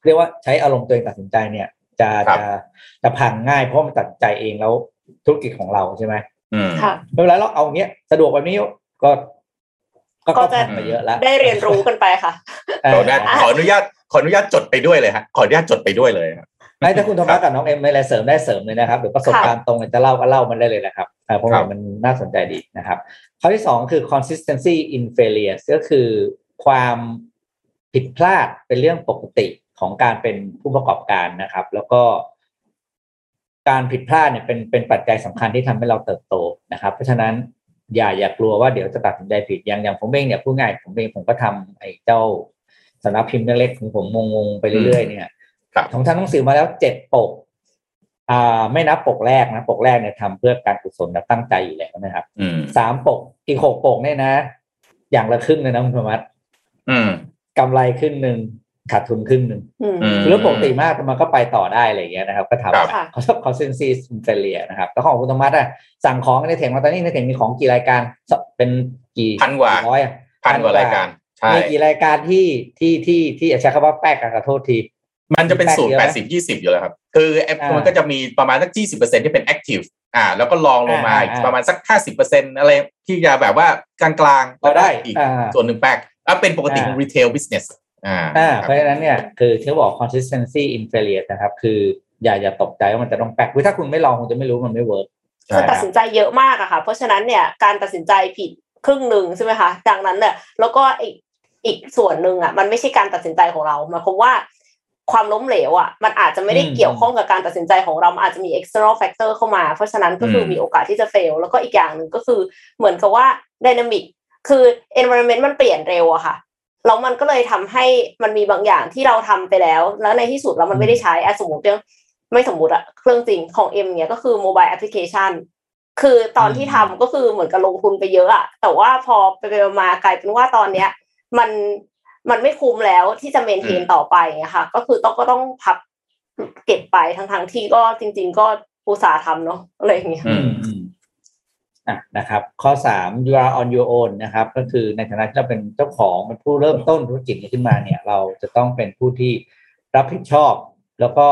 เรียกว่าใช้อารมณ์ตัวเองตัดสินใจเนี่ยจะพังง่ายเพราะมันตัดใจเองแล้วธุรกิจของเราใช่ไหมไม่เป็นไรเราเอาเงี้ยสะดวกแบบนี้ก็จะไปเยอะแล้วได้เรียนรู้กันไปค่ะขออนุญาตจดไปด้วยเลยฮะขออนุญาตจดไปด้วยเลยครับถ้าคุณโทมัสกับน้องเอ็มไม่อะไรเสริมได้เสริมเลยนะครับหรือประสบการณ์ตรงจะเล่าก็เล่ามันได้เลยนะครับเพราะว่ามันน่าสนใจดีนะครับข้อที่2คือ consistency in failure ก็คือความผิดพลาดเป็นเรื่องปกติของการเป็นผู้ประกอบการนะครับแล้วก็การผิดพลาดเนี่ยเป็นปัจจัยสำคัญที่ทำให้เราเติบโตนะครับเพราะฉะนั้นอย่ากลัวว่าเดี๋ยวจะตัดสินใจผิดอย่างผมเองเนี่ยพูดง่ายผมก็ทำไอ้เจ้าสำนักพิมพ์เล็กของผมงงไปเรื่อยๆเนี่ยของท่านหนังสือมาแล้ว7ปกไม่นับปกแรกนะปกแรกเนี่ยทำเพื่อการกุศลแบบตั้งใจอยู่แล้วนะครับ3ปกอีก6ปกเนี่ยนะอย่างละครึ่งเลยนะคุณธรรมะกำไรครึ่งนึงขาดทุนครึ่งนึงเรื่องปกติมากมันก็ไปต่อได้อะไรอย่างเงี้ยนะครับก็ทำเขาชอบ consistency in failure นะครับแล้วของคุณธรรมะสั่งของในเถงมาตอนนี้ในเถงมีของกี่รายการเป็นกี่พันกว่า1,000 รายการใช่มีกี่รายการที่ใช้คำว่าแป๊กขอโทษทีมันจะเป็นสูตร80-20อยู่แล้วครับคือมันก็จะมีประมาณสัก 20% ที่เป็น active แล้วก็ลองลงมาประมาณสัก 50% อะไรที่จะแบบว่ากลางๆก็ได้อีกส่วนหนึ่งแป๊กเป็นปกติของ retail business เพราะฉะนั้นเนี่ยคือที่บอก consistency in failure นะครับคืออย่าตกใจว่ามันจะต้องแป๊กถ้าคุณไม่ลองคุณจะไม่รู้มันไม่เวิร์คคือตัดสินใจเยอะมากอะค่ะเพราะฉะนั้นเนี่ยการตัดสินใจผิดครึ่งนึงใช่ไหมคะดังนั้นเนี่ยแล้วก็อีกส่วนนึงอะมันไม่ใช่การตัดสินใจของเราหมายความว่าความล้มเหลวอ่ะมันอาจจะไม่ได้เกี่ยวข้องกับการตัดสินใจของเราอาจจะมี external factor เข้ามาเพราะฉะนั้นก็คือมีโอกาสที่จะ fail แล้วก็อีกอย่างนึงก็คือเหมือนกับว่า dynamic คือ environment มันเปลี่ยนเร็วอะค่ะแล้วมันก็เลยทำให้มันมีบางอย่างที่เราทำไปแล้วในที่สุดแล้วมันไม่ได้ใช้สมมติเรื่องไม่สมมติอะเครื่องจริงของเอ็มเนี่ยก็คือ mobile application คือตอนที่ทำก็คือเหมือนกับลงทุนไปเยอะอะแต่ว่าพอไปมากลายเป็นว่าตอนเนี้ยมันไม่คุ้มแล้วที่จะเมนเทนต่อไปนะคะก็คือก็ต้องพับเก็บไปทั้งที่ก็จริงๆก็อุตสาห์ทำเนาะอะไรอย่างเงี้ยนะครับข้อ3 you are on your own นะครับก็คือในฐานะที่เราเป็นเจ้าของเป็นผู้เริ่มต้นธุรกิจนี้ขึ้นมาเนี่ยเราจะต้องเป็นผู้ที่รับผิดชอบแล้วก็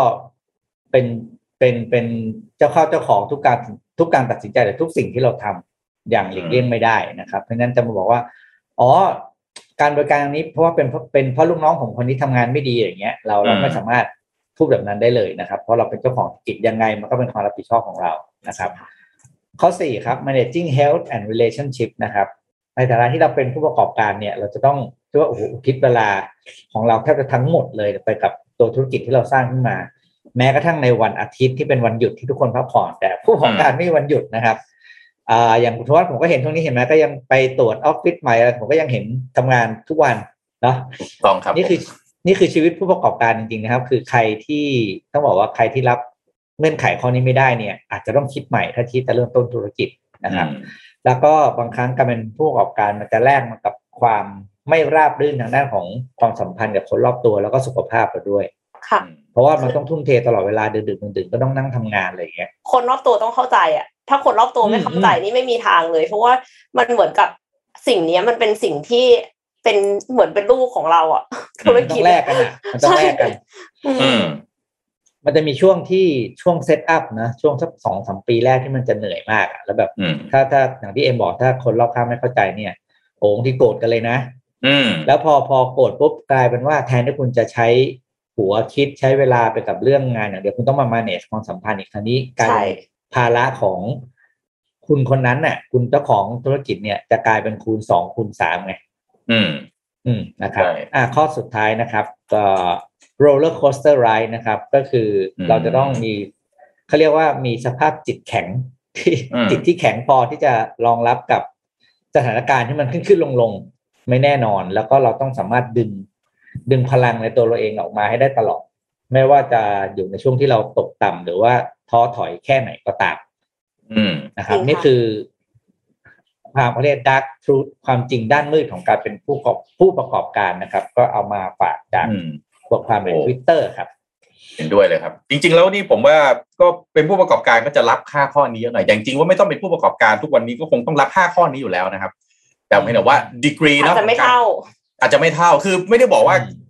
เป็นเจ้าของทุกการตัดสินใจหรือทุกสิ่งที่เราทำอย่างหลีกเลี่ยงไม่ได้นะครับเพราะฉะนั้นจะมาบอกว่าการบริการนี้เพราะว่าเป็นเพราะลูกน้องของคนที่ทำงานไม่ดีอย่างเงี้ยเราไม่สามารถพูดแบบนั้นได้เลยนะครับเพราะเราเป็นเจ้าของธุรกิจยังไงมันก็เป็นความรับผิดชอบของเรานะครับข้อ4ครับ managing health and relationship นะครับในฐานะที่เราเป็นผู้ประกอบการเนี่ยเราจะต้องเรียกว่าอุทิศเวลาของเราแทบจะทั้งหมดเลยไปกับตัวธุรกิจที่เราสร้างขึ้นมาแม้กระทั่งในวันอาทิตย์ที่เป็นวันหยุดที่ทุกคนพักผ่อนแต่ผู้ประกอบการไม่มีวันหยุดนะครับอย่างคุณทวัฒน์ผมก็เห็นช่วงนี้เห็นไหมก็ยังไปตรวจออฟฟิศใหม่ผมก็ยังเห็นทำงานทุกวันเนาะต้องครับนี่คือชีวิตผู้ประกอบการจริงๆนะครับคือใครที่ต้องบอกว่าใครที่รับเงื่อนไขข้อนี้ไม่ได้เนี่ยอาจจะต้องคิดใหม่ถ้าคิดจะเริ่มต้นธุรกิจนะครับแล้วก็บางครั้งการเป็นผู้ประกอบการมันจะแลกมากับความไม่ราบรื่นทางด้านของความสัมพันธ์กับคนรอบตัวแล้วก็สุขภาพเราด้วยค่ะเพราะว่ามันต้องทุ่มเทตลอดเวลาดึกๆก็ต้องนั่งทำงานอะไรอย่างเงี้ยคนรอบตัวต้องเข้าใจอ่ะถ้าคนรอบตัวไม่เข้าใจนี่ไม่มีทางเลยเพราะว่ามันเหมือนกับสิ่งนี้มันเป็นสิ่งที่เป็นเหมือนเป็นลูกของเราอ่ะธุรกิจต้องแลกกันอ่ะมันต้องแลกกันมันจะมีช่วงเซตอัพนะช่วงสัก 2-3 ปีแรกที่มันจะเหนื่อยมากอ่ะแล้วแบบถ้าอย่างที่เอ็มบอกถ้าคนรอบข้างไม่เข้าใจเนี่ยโอ้ที่โกรธกันเลยนะแล้วพอโกรธปุ๊บกลายเป็นว่าแทนที่คุณจะใช้หัวคิดใช้เวลาไปกับเรื่องงานอย่างเดียวคุณต้องมา manage ความสัมพันธ์อีกครั้งนี้การภาระของคุณคนนั้นน่ะคุณเจ้าของธุรกิจเนี่ยจะกลายเป็นคูณ2คูณ3ไงนะครับข้อสุดท้ายนะครับก็ roller coaster ride นะครับก็คือเราจะต้องมีเขาเรียกว่ามีสภาพจิตแข็งจิตที่แข็งพอที่จะรองรับกับสถานการณ์ที่มันขึ้นลงไม่แน่นอนแล้วก็เราต้องสามารถดึงพลังในตัวเราเองออกมาให้ได้ตลอดไม่ว่าจะอยู่ในช่วงที่เราตกต่ำหรือว่าท้อถอยแค่ไหนก็ตามนะครับนี่คือความเรียก dark truth ความจริงด้านมืดของการเป็นผู้ประกอบการนะครับก็เอามาฝากจากบทความใน Twitter ครับเห็นด้วยเลยครับจริงๆแล้วนี่ผมว่าก็เป็นผู้ประกอบการก็จะรับ5ข้อนี้เยอะหน่อยจริงๆว่าไม่ต้องเป็นผู้ประกอบการทุกวันนี้ก็คงต้องรับ5ข้อนี้อยู่แล้วนะครับแต่ไม่ได้ว่าดีกรีเนาะอาจจะไม่เท่าคือไม่ได้บอกว่า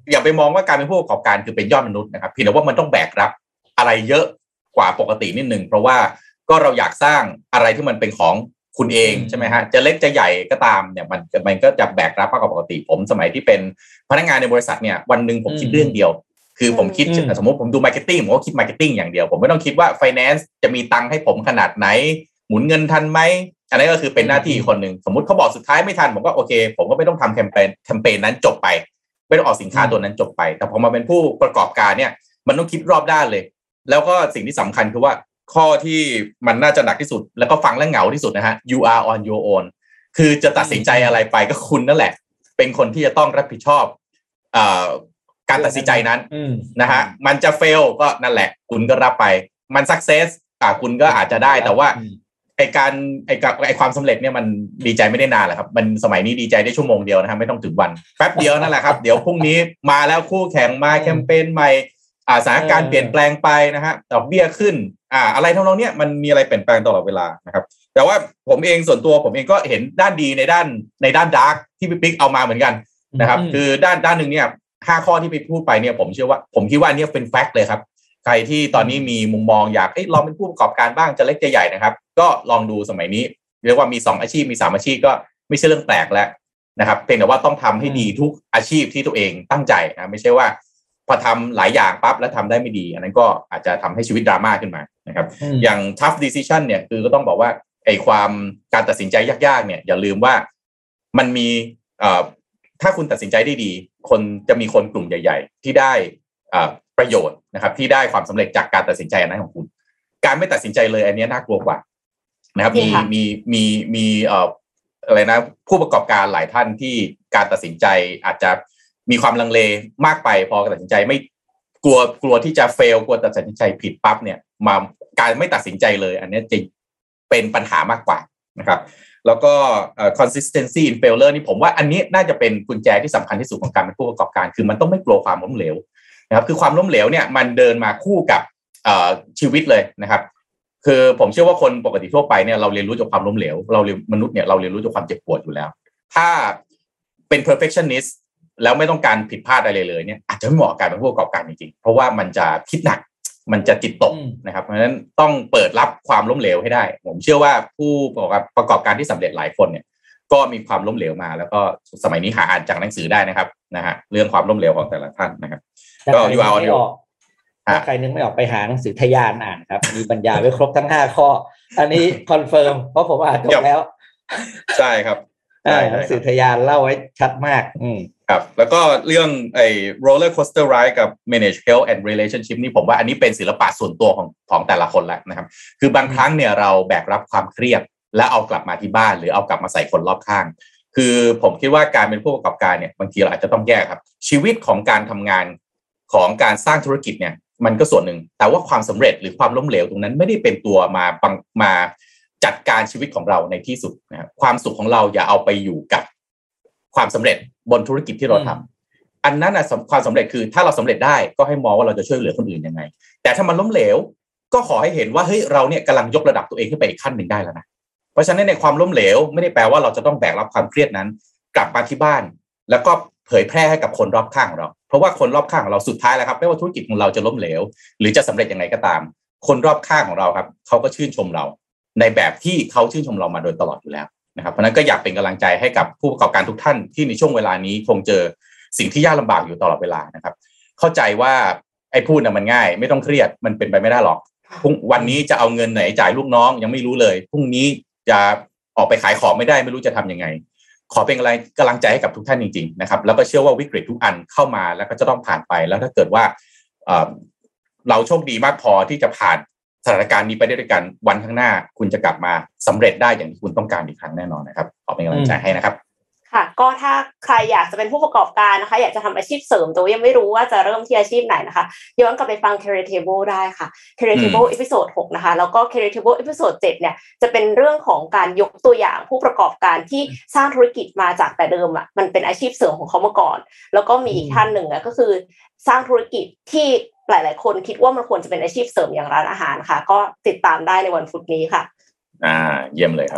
อย่าไปมองว่าการเป็นผู้ประกอบการคือเป็นยอดมนุษย์นะครับเพียงแต่ว่ามันต้องแบกรับอะไรเยอะกว่าปกตินิดนึงเพราะว่าก็เราอยากสร้างอะไรที่มันเป็นของคุณเองใช่ไหมฮะจะเล็กจะใหญ่ก็ตามเนี่ยมันก็จะแบกรับมากกว่าปกติผมสมัยที่เป็นพนักงานในบริษัทเนี่ยวันนึงผมคิดเรื่องเดียวคือผมคิดสมมติผมดูมาร์เก็ตติ้งผมก็คิดมาร์เก็ตติ้งอย่างเดียวผมไม่ต้องคิดว่าไฟแนนซ์จะมีตังค์ให้ผมขนาดไหนหมุนเงินทันไหมอันนี้ก็คือเป็นหน้าที่คนหนึ่งสมมติเขาบอกสุดท้ายไม่ทันผมก็โอเคผมก็ไม่ต้องทำแคมเปญนั้นจบไปไม่ต้องออกสินค้าตัวนั้นจบไปแต่พอมาเป็นผู้ประกอบการเนี่ยมันต้องคิดรอบด้านเลยแล้วก็สิ่งที่สำคัญคือว่าข้อที่มันน่าจะหนักที่สุดแล้วก็ฟังแล้วเหงาที่สุดนะฮะ you are on your own คือจะตัดสินใจอะไรไปก็คุณนั่นแหละเป็นคนที่จะต้องรับผิดชอบการตัดสินใจนั้นนะฮะมันจะ fail ก็นั่นแหละคุณก็รับไปมัน success คุณก็อาจจะได้แต่ว่าไอความสำเร็จเนี่ยมันดีใจไม่ได้นานแหละครับมันสมัยนี้ดีใจได้ชั่วโมงเดียวนะครับไม่ต้องถึงวันแป๊บเดียวนั่นแหละครับเดี๋ยวพรุ่งนี้มาแล้วคู่แข่งมาแคมเปญใหม่สถานการณ์เปลี่ยนแปลงไปนะฮะดอกเบี้ยขึ้นอะไรทั้งนั้นเนี่ยมันมีอะไรเปลี่ยนแปลงตลอดเวลานะครับแต่ว่าผมเองส่วนตัวผมเองก็เห็นด้านดีในด้านดาร์กที่พี่ปิ๊กเอามาเหมือนกันนะครับคือด้านนึงเนี่ย5ข้อที่ไปพูดไปเนี่ยผมคิดว่าอันนี้เป็นแฟกต์เลยครับใครที่ตอนนี้มีมุมมองอยากลองเป็นผู้ประกอบการบ้างจะเล็กจะใหญ่นะครับก็ลองดูสมัยนี้เรียกว่ามี2อาชีพมี3อาชีพก็ไม่ใช่เรื่องแปลกแล้วนะครับเพียงแต่ว่าต้องทำให้ดีทุกอาชีพที่ตัวเองตั้งใจนะไม่ใช่ว่าพอทำหลายอย่างปั๊บแล้วทำได้ไม่ดีอันนั้นก็อาจจะทำให้ชีวิตดราม่าขึ้นมานะครับอย่าง tough decision เนี่ยคือก็ต้องบอกว่าความการตัดสินใจยากๆเนี่ยอย่าลืมว่ามันมีถ้าคุณตัดสินใจได้ดีคนจะมีคนกลุ่มใหญ่ๆที่ได้ประโยชน์นะครับที่ได้ความสำเร็จจากการตัดสินใจอันนั้นของคุณการไม่ตัดสินใจเลยอันนี้น่ากลัวกว่านะครับมีอะไรนะผู้ประกอบการหลายท่านที่การตัดสินใจอาจจะมีความลังเลมากไปพอตัดสินใจไม่กลัวที่จะเฟลกลัวตัดสินใจผิดปั๊บเนี่ยมาการไม่ตัดสินใจเลยอันนี้จะเป็นปัญหามากกว่านะครับแล้วก็consistency in failure นี่ผมว่าอันนี้น่าจะเป็นกุญแจที่สำคัญที่สุดของการเป็นผู้ประกอบการคือมันต้องไม่กลัวความล้มเหลวนะครับคือความล้มเหลวเนี่ยมันเดินมาคู่กับชีวิตเลยนะครับคือผมเชื่อว่าคนปกติทั่วไปเนี่ยเราเรียนรู้จากความล้มเหลวมนุษย์เนี่ยเราเรียนรู้จากความเจ็บปวดอยู่แล้วถ้าเป็น perfectionist แล้วไม่ต้องการผิดพลาดอะไรเลยเนี่ยอาจจะไม่เหมาะกับการเป็นผู้ประกอบการจริงๆเพราะว่ามันจะคิดหนักมันจะจิตตกนะครับเพราะฉะนั้นต้องเปิดรับความล้มเหลวให้ได้ผมเชื่อว่าผู้ประกอบการที่สำเร็จหลายคนเนี่ยก็มีความล้มเหลวมาแล้วก็สมัยนี้หาอ่านจากหนังสือได้นะครับนะฮะเรื่องความล้มเหลวของแต่ละท่านนะครับก็อยู่เอาอยู่ถ้าใครนึกไม่ออกไปหาหนังสือทยานอ่านครับมีบรรยายไว้ครบทั้ง5ข้ออันนี้คอนเฟิร์มเพราะผมอ่านจบแล้วใช่ครับหนังสือทยานเล่าไว้ชัดมากครับแล้วก็เรื่องroller coaster ride กับ manage health and relationship นี่ผมว่าอันนี้เป็นศิลปะส่วนตัวของแต่ละคนแล้วนะครับคือบางครั้งเนี่ยเราแบกรับความเครียดและเอากลับมาที่บ้านหรือเอากลับมาใส่คนรอบข้างคือผมคิดว่าการเป็นผู้ประกอบการเนี่ยบางทีเราอาจจะต้องแยกครับชีวิตของการทำงานของการสร้างธุรกิจเนี่ยมันก็ส่วนหนึ่งแต่ว่าความสำเร็จหรือความล้มเหลวตรงนั้นไม่ได้เป็นตัวมาจัดการชีวิตของเราในที่สุดนะครับความสุขของเราอย่าเอาไปอยู่กับความสำเร็จบนธุรกิจที่เราทำอันนั้นนะความสำเร็จคือถ้าเราสำเร็จได้ก็ให้มองว่าเราจะช่วยเหลือคนอื่นยังไงแต่ถ้ามันล้มเหลวก็ขอให้เห็นว่าเฮ้ยเราเนี่ยกำลังยกระดับตัวเองขึ้นไปอีกขั้นหนึ่งได้แล้วนะเพราะฉะนั้นในความล้มเหลวไม่ได้แปลว่าเราจะต้องแบกรับความเครียดนั้นกลับมาที่บ้านแล้วก็เผยแพร่ให้กับคนรอบข้างของเราเพราะว่าคนรอบข้างของเราสุดท้ายแล้วครับไม่ว่าธุรกิจของเราจะล้มเหลวหรือจะสำเร็จยังไงก็ตามคนรอบข้างของเราครับเขาก็ชื่นชมเราในแบบที่เขาชื่นชมเรามาโดยตลอดอยู่แล้วนะครับเพราะนั้นก็อยากเป็นกำลังใจให้กับผู้ประกอบการทุกท่านที่ในช่วงเวลานี้คงเจอสิ่งที่ยากลำบากอยู่ตลอดเวลานะครับเข้าใจว่าไอ้พูดน่ะมันง่ายไม่ต้องเครียดมันเป็นไปไม่ได้หรอกวันนี้จะเอาเงินไหนจ่ายลูกน้องยังไม่รู้เลยพรุ่งนี้จะออกไปขายของไม่ได้ไม่รู้จะทำยังไงขอเป็นกำลังใจให้กับทุกท่านจริงๆนะครับแล้วก็เชื่อว่าวิกฤตทุกอันเข้ามาแล้วก็จะต้องผ่านไปแล้วถ้าเกิดว่าเราโชคดีมากพอที่จะผ่านสถานการณ์นี้ไปได้ด้วยกันวันข้างหน้าคุณจะกลับมาสำเร็จได้อย่างที่คุณต้องการอีกครั้งแน่นอนนะครับขอเป็นกำลังใจให้นะครับค่ะก็ถ้าใครอยากจะเป็นผู้ประกอบการนะคะอยากจะทำอาชีพเสริมแต่ยังไม่รู้ว่าจะเริ่มที่อาชีพไหนนะคะย้อนกลับไปฟัง Career Table ได้ค่ะ Career Table Episode 6นะคะแล้วก็ Career Table Episode 7เนี่ยจะเป็นเรื่องของการยกตัวอย่างผู้ประกอบการที่สร้างธุรกิจมาจากแต่เดิมมันเป็นอาชีพเสริมของเขามาก่อนแล้วก็มีอีกท่านหนึ่งก็คือสร้างธุรกิจที่หลายๆคนคิดว่ามันควรจะเป็นอาชีพเสริมอย่างร้านอาหารค่ะก็ติดตามได้ในวันพุธนี้ค่ะเยี่ยมเลยครับ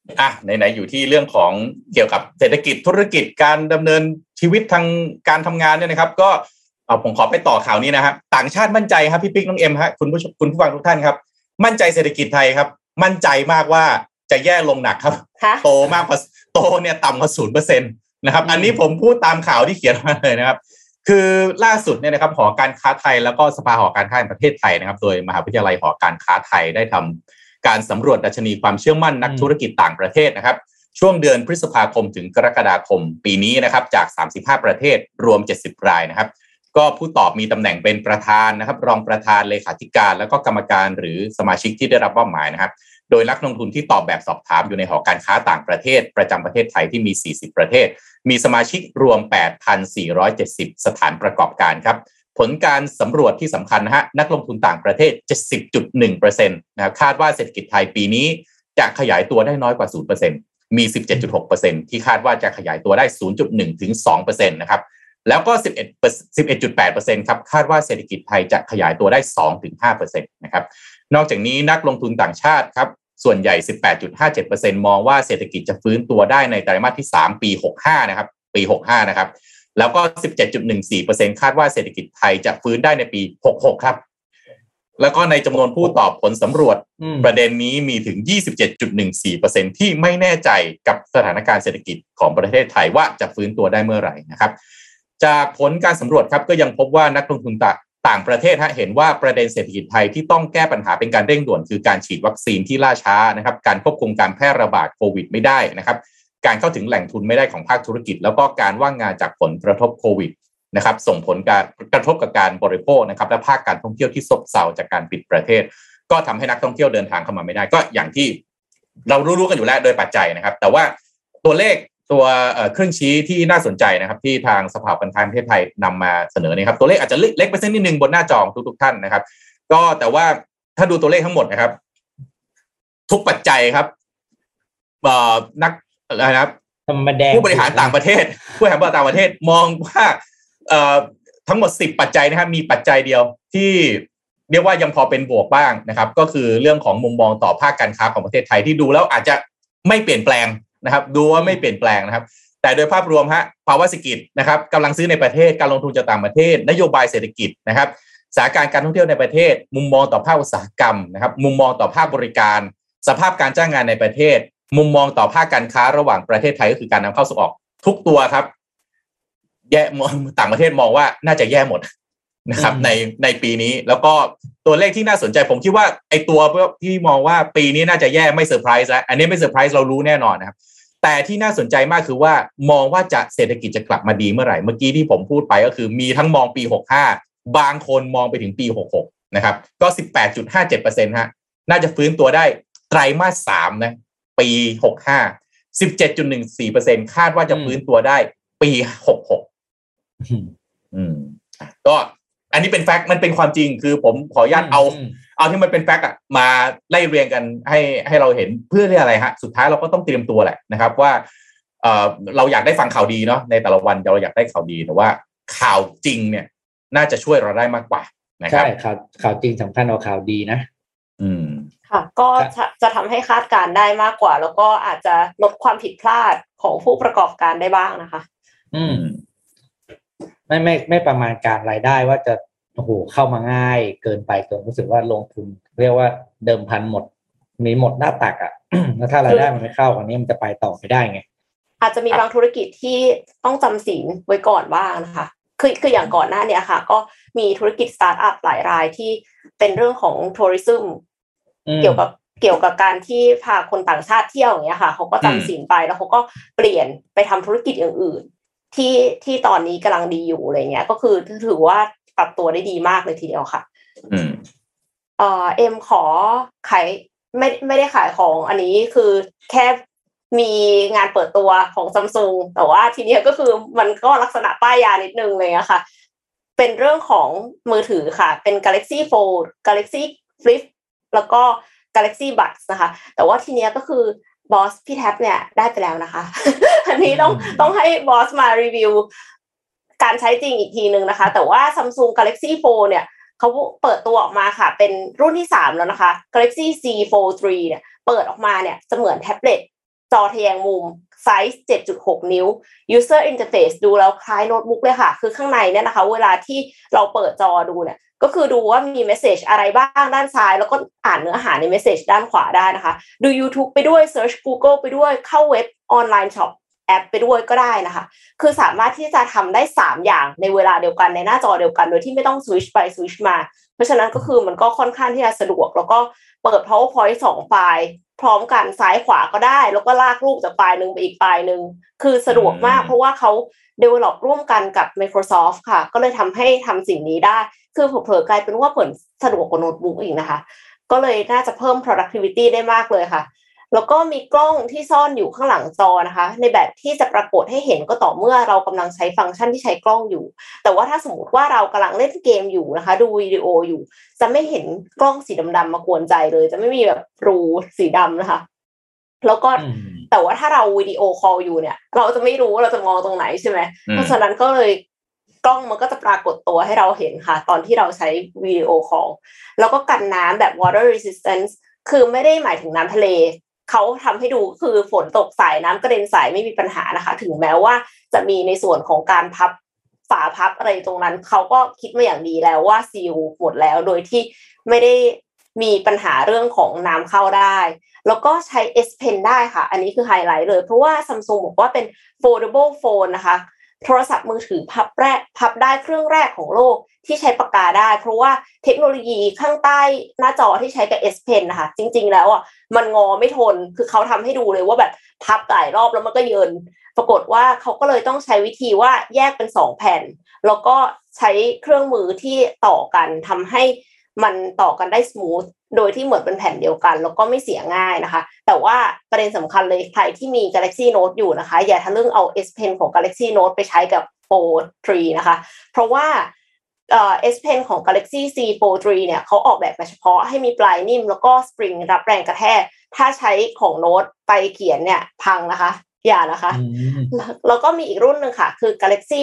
ไหนๆอยู่ที่เรื่องของเกี่ยวกับเศรษฐกิจธุรกิจการดำเนินชีวิตทางการทำงานเนี่ยนะครับก็ผมขอไปต่อข่าวนี้นะครับต่างชาติมั่นใจครับพี่ปิ๊กน้องเอ็มฮะคุณผู้ฟังทุกท่านครับมั่นใจเศรษฐกิจไทยครับมั่นใจมากว่าจะแย่ลงหนักครับโตมากกว่าโตเนี่ยต่ำกว่า 0% นะครับอันนี้ผมพูดตามข่าวที่เขียนมาเลยนะครับคือล่าสุดเนี่ยนะครับหอการค้าไทยแล้วก็สภาหอการค้าแห่งประเทศไทยนะครับโดยมหาวิทยาลัยหอการค้าไทยได้ทำการสำรวจดัชนีความเชื่อมั่นนักธุรกิจต่างประเทศนะครับช่วงเดือนพฤษภาคมถึงกรกฎาคมปีนี้นะครับจาก35ประเทศรวม70รายนะครับก็ผู้ตอบมีตำแหน่งเป็นประธานนะครับรองประธานเลขาธิการแล้วก็กรรมการหรือสมาชิกที่ได้รับมอบหมายนะครับโดยนักลงทุนที่ตอบแบบสอบถามอยู่ในหอการค้าต่างประเทศประจำประเทศไทยที่มี40ประเทศมีสมาชิกรวม 8,470 สถานประกอบการครับผลการสำรวจที่สำคัญนะฮะนักลงทุนต่างประเทศ 70.1% นะครับคาดว่าเศรษฐกิจไทยปีนี้จะขยายตัวได้น้อยกว่า 0% มี 17.6% ที่คาดว่าจะขยายตัวได้ 0.1 ถึง 2% นะครับแล้วก็ 11.8% ครับคาดว่าเศรษฐกิจไทยจะขยายตัวได้ 2-5% นะครับนอกจากนี้นักลงทุนต่างชาติครับส่วนใหญ่ 18.57% มองว่าเศรษฐกิจจะฟื้นตัวได้ในไตรมาสที่3ปี65นะครับปี65นะครับแล้วก็ 17.14% คาดว่าเศรษฐกิจไทยจะฟื้นได้ในปี66ครับแล้วก็ในจำนวนผู้ตอบผลสำรวจประเด็นนี้มีถึง 27.14% ที่ไม่แน่ใจกับสถานการณ์เศรษฐกิจของประเทศไทยว่าจะฟื้นตัวได้เมื่อไหร่นะครับจากผลการสำรวจครับก็ยังพบว่านักลงทุนต่างประเทศเห็นว่าประเด็นเศรษฐกิจไทยที่ต้องแก้ปัญหาเป็นการเร่งด่วนคือการฉีดวัคซีนที่ล่าช้านะครับการควบคุมการแพร่ระบาดโควิดไม่ได้นะครับการเข้าถึงแหล่งทุนไม่ได้ของภาคธุรกิจแล้วก็การว่างงานจากผลกระทบโควิดนะครับส่งผลการกระทบกับการบริโภคนะครับและภาคการท่องเที่ยวที่ซบเซาจากการปิดประเทศก็ทำให้นักท่องเที่ยวเดินทางเข้ามาไม่ได้ก็อย่างที่เรารู้ๆกันอยู่แล้วโดยปัจจัยนะครับแต่ว่าตัวเลขตัวเครื่องชี้ที่น่าสนใจนะครับที่ทางสภาการค้าแห่งประเทศไทยนำมาเสนอเนี่ยครับตัวเลขอาจจะเล็กไปสักนิดนึงบนหน้าจอทุกท่านนะครับก็แต่ว่าถ้าดูตัวเลขทั้งหมดนะครับทุกปัจจัยครับนักนะครับผู้บริหารต่างประเทศผู้บริหารต่างประเทศมองว่าทั้งหมด10ปัจจัยนะครับมีปัจจัยเดียวที่เรียกว่ายังพอเป็นบวกบ้างนะครับก็คือเรื่องของมุมมองต่อภาคการค้าของประเทศไทยที่ดูแล้วอาจจะไม่เปลี่ยนแปลงนะครับดูว่าไม่เปลี่ยนแปลงนะครับแต่โดยภาพรวมภาวะเศรษฐกิจนะครับกำลังซื้อในประเทศการลงทุนจากต่างประเทศนโยบายเศรษฐกิจนะครับสถานการณ์การท่องเที่ยวในประเทศมุมมองต่อภาคอุตสาหกรรมนะครับมุมมองต่อภาคบริการสภาพการจ้างงานในประเทศมุมมองต่อภาคการค้าระหว่างประเทศไทยก็คือการนำเข้าส่งออกทุกตัวครับแย่ต่างประเทศมองว่าน่าจะแย่หมดนะครับในปีนี้แล้วก็ตัวเลขที่น่าสนใจผมคิดว่าไอ้ตัวที่มองว่าปีนี้น่าจะแย่ไม่เซอร์ไพรส์แล้วอันนี้ไม่เซอร์ไพรส์เรารู้แน่นอนนะครับแต่ที่น่าสนใจมากคือว่ามองว่าจะเศรษฐกิจจะกลับมาดีเมื่อไหร่เมื่อกี้ที่ผมพูดไปก็คือมีทั้งมองปี65บางคนมองไปถึงปี66นะครับก็ 18.57% ฮะน่าจะฟื้นตัวได้ไตรมาส3นะปี65 17.14% คาดว่าจะฟื้นตัวได้ปี66ก็อันนี้เป็นแฟกต์มันเป็นความจริงคือผมขออนุญาตเอาที่มันเป็นแฟกต์มาไล่เรียงกันให้เราเห็นเพื่อเรื่องอะไรฮะสุดท้ายเราก็ต้องเตรียมตัวแหละนะครับว่าเราอยากได้ฟังข่าวดีเนาะในแต่ละวันเราอยากได้ข่าวดีแต่ว่าข่าวจริงเนี่ยน่าจะช่วยเราได้มากกว่านะครับใช่ข่าวจริงสำคัญกว่าข่าวดีนะค่ะก็จะทำให้คาดการได้มากกว่าแล้วก็อาจจะลดความผิดพลาดของผู้ประกอบการได้บ้างนะคะไม่ประมาณการรายได้ว่าจะโอ้โหเข้ามาง่ายเกินไปจนรู้สึกว่าลงทุนเรียกว่าเดิมพันหมดมีหมดหน้าตักแล้วถ้ารายได้มันไม่เข้าอันนี้มันจะไปต่อไม่ได้ไงอาจจะมีบางธุรกิจที่ต้องจำศีลไว้ก่อนบ้างนะคะคืออย่างก่อนหน้านี้ค่ะก็มีธุรกิจสตาร์ทอัพหลายรายที่เป็นเรื่องของทัวริซึมเกี่ยวกับการที่พาคนต่างชาติเที่ยวอย่างเงี้ยค่ะเขาก็จำศีลไปแล้วเขาก็เปลี่ยนไปทำธุรกิจอย่างอื่นที่ตอนนี้กำลังดีอยู่อะไรเงี้ยก็คือถือว่าปรับตัวได้ดีมากเลยทีเดียวค่ะเอ็มขอขายไม่ได้ขายของอันนี้คือแค่มีงานเปิดตัวของ Samsung แต่ว่าทีนี้ก็คือมันก็ลักษณะป้ายยานิดนึงเลยอะค่ะเป็นเรื่องของมือถือค่ะเป็น Galaxy Fold Galaxy Flip แล้วก็ Galaxy Buds นะคะแต่ว่าทีนี้ก็คือบอสพี่แท็บเนี่ยได้ไปแล้วนะคะ อันนี้ต้องให้บอสมารีวิวการใช้จริงอีกทีนึงนะคะแต่ว่า Samsung Galaxy Fold เนี่ยเขาเปิดตัวออกมาค่ะเป็นรุ่นที่3แล้วนะคะ Galaxy Z Fold 3เนี่ยเปิดออกมาเนี่ยเสมือนแท็บเล็ตจอทะแยงมุมไซส์ 7.6 นิ้ว user interface ดูแล้วคล้ายโน้ตบุ๊กเลยค่ะคือข้างในเนี่ยนะคะเวลาที่เราเปิดจอดูเนี่ยก็คือดูว่ามีเมสเสจอะไรบ้างด้านซ้ายแล้วก็อ่านเนื้อหาในเมสเสจด้านขวาได้นะคะดู YouTube ไปด้วย Search Google ไปด้วยเข้าเว็บออนไลน์ช็อปแอปไปด้วยก็ได้นะคะคือสามารถที่จะทำได้3อย่างในเวลาเดียวกันในหน้าจอเดียวกันโดยที่ไม่ต้องสวิชไปสวิชมาเพราะฉะนั้นก็คือมันก็ค่อนข้างที่จะสะดวกแล้วก็เปิด PowerPoint 2 ไฟล์พร้อมกันซ้ายขวาก็ได้แล้วก็ลากรูปจากไฟล์นึงไปอีกไฟล์นึงคือสะดวกมากเพราะว่าเขา develop ร่วมกันกับ Microsoft ค่ะก็เลยทำให้ทำสิ่งนี้ได้คือเผลอๆกลายเป็นว่าผลสะดวกกว่าโน้ตบุ๊กอีกนะคะก็เลยน่าจะเพิ่ม productivity ได้มากเลยค่ะแล้วก็มีกล้องที่ซ่อนอยู่ข้างหลังจอนะคะในแบบที่จะปรากฏให้เห็นก็ต่อเมื่อเรากำลังใช้ฟังก์ชันที่ใช้กล้องอยู่แต่ว่าถ้าสมมติว่าเรากำลังเล่นเกมอยู่นะคะดูวิดีโออยู่จะไม่เห็นกล้องสีดำๆมากวนใจเลยจะไม่มีแบบรูสีดำนะคะแล้วก็แต่ว่าถ้าเราวิดีโอคอลอยู่เนี่ยเราจะไม่รู้ว่าเราจะมองตรงไหนใช่ไหมเพราะฉะนั้นก็เลยกล้องมันก็จะปรากฏตัวให้เราเห็นค่ะตอนที่เราใช้วิดีโอคอลแล้วก็กันน้ำแบบ water resistance คือไม่ได้หมายถึงน้ำทะเลเขาทำให้ดูคือฝนตกใส่น้ำกระเด็นใส่ไม่มีปัญหานะคะถึงแม้ว่าจะมีในส่วนของการพับฝาพับอะไรตรงนั้นเขาก็คิดมาอย่างดีแล้วว่าซีลหมดแล้วโดยที่ไม่ได้มีปัญหาเรื่องของน้ำเข้าได้แล้วก็ใช้ S Pen ได้ค่ะอันนี้คือไฮไลท์เลยเพราะว่า Samsung บอกว่าเป็น foldable phone นะคะโทรศัพท์มือถือพับได้เครื่องแรกของโลกที่ใช้ปากกาได้เพราะว่าเทคโนโลยีข้างใต้หน้าจอที่ใช้กับ S Pen นะคะจริงๆแล้วอ่ะมันงอไม่ทนคือเขาทำให้ดูเลยว่าแบบพับหลายรอบแล้วมันก็เยินปรากฏว่าเขาก็เลยต้องใช้วิธีว่าแยกเป็น2แผ่นแล้วก็ใช้เครื่องมือที่ต่อกันทำให้มันต่อกันได้สมูทโดยที่เหมือนเป็นแผ่นเดียวกันแล้วก็ไม่เสียง่ายนะคะแต่ว่าประเด็นสำคัญเลยใครที่มี Galaxy Note อยู่นะคะอย่าทะลึ่งเอา S Pen ของ Galaxy Note ไปใช้กับ Fold 3 นะคะเพราะว่าS Pen ของ Galaxy Z Fold 3 เนี่ยเขาออกแบบมาเฉพาะให้มีปลายนิ่มแล้วก็สปริงรับแรงกระแทกถ้าใช้ของ Note ไปเขียนเนี่ยพังนะคะอย่านะคะแล้วก็มีอีกรุ่นนึงค่ะคือ Galaxy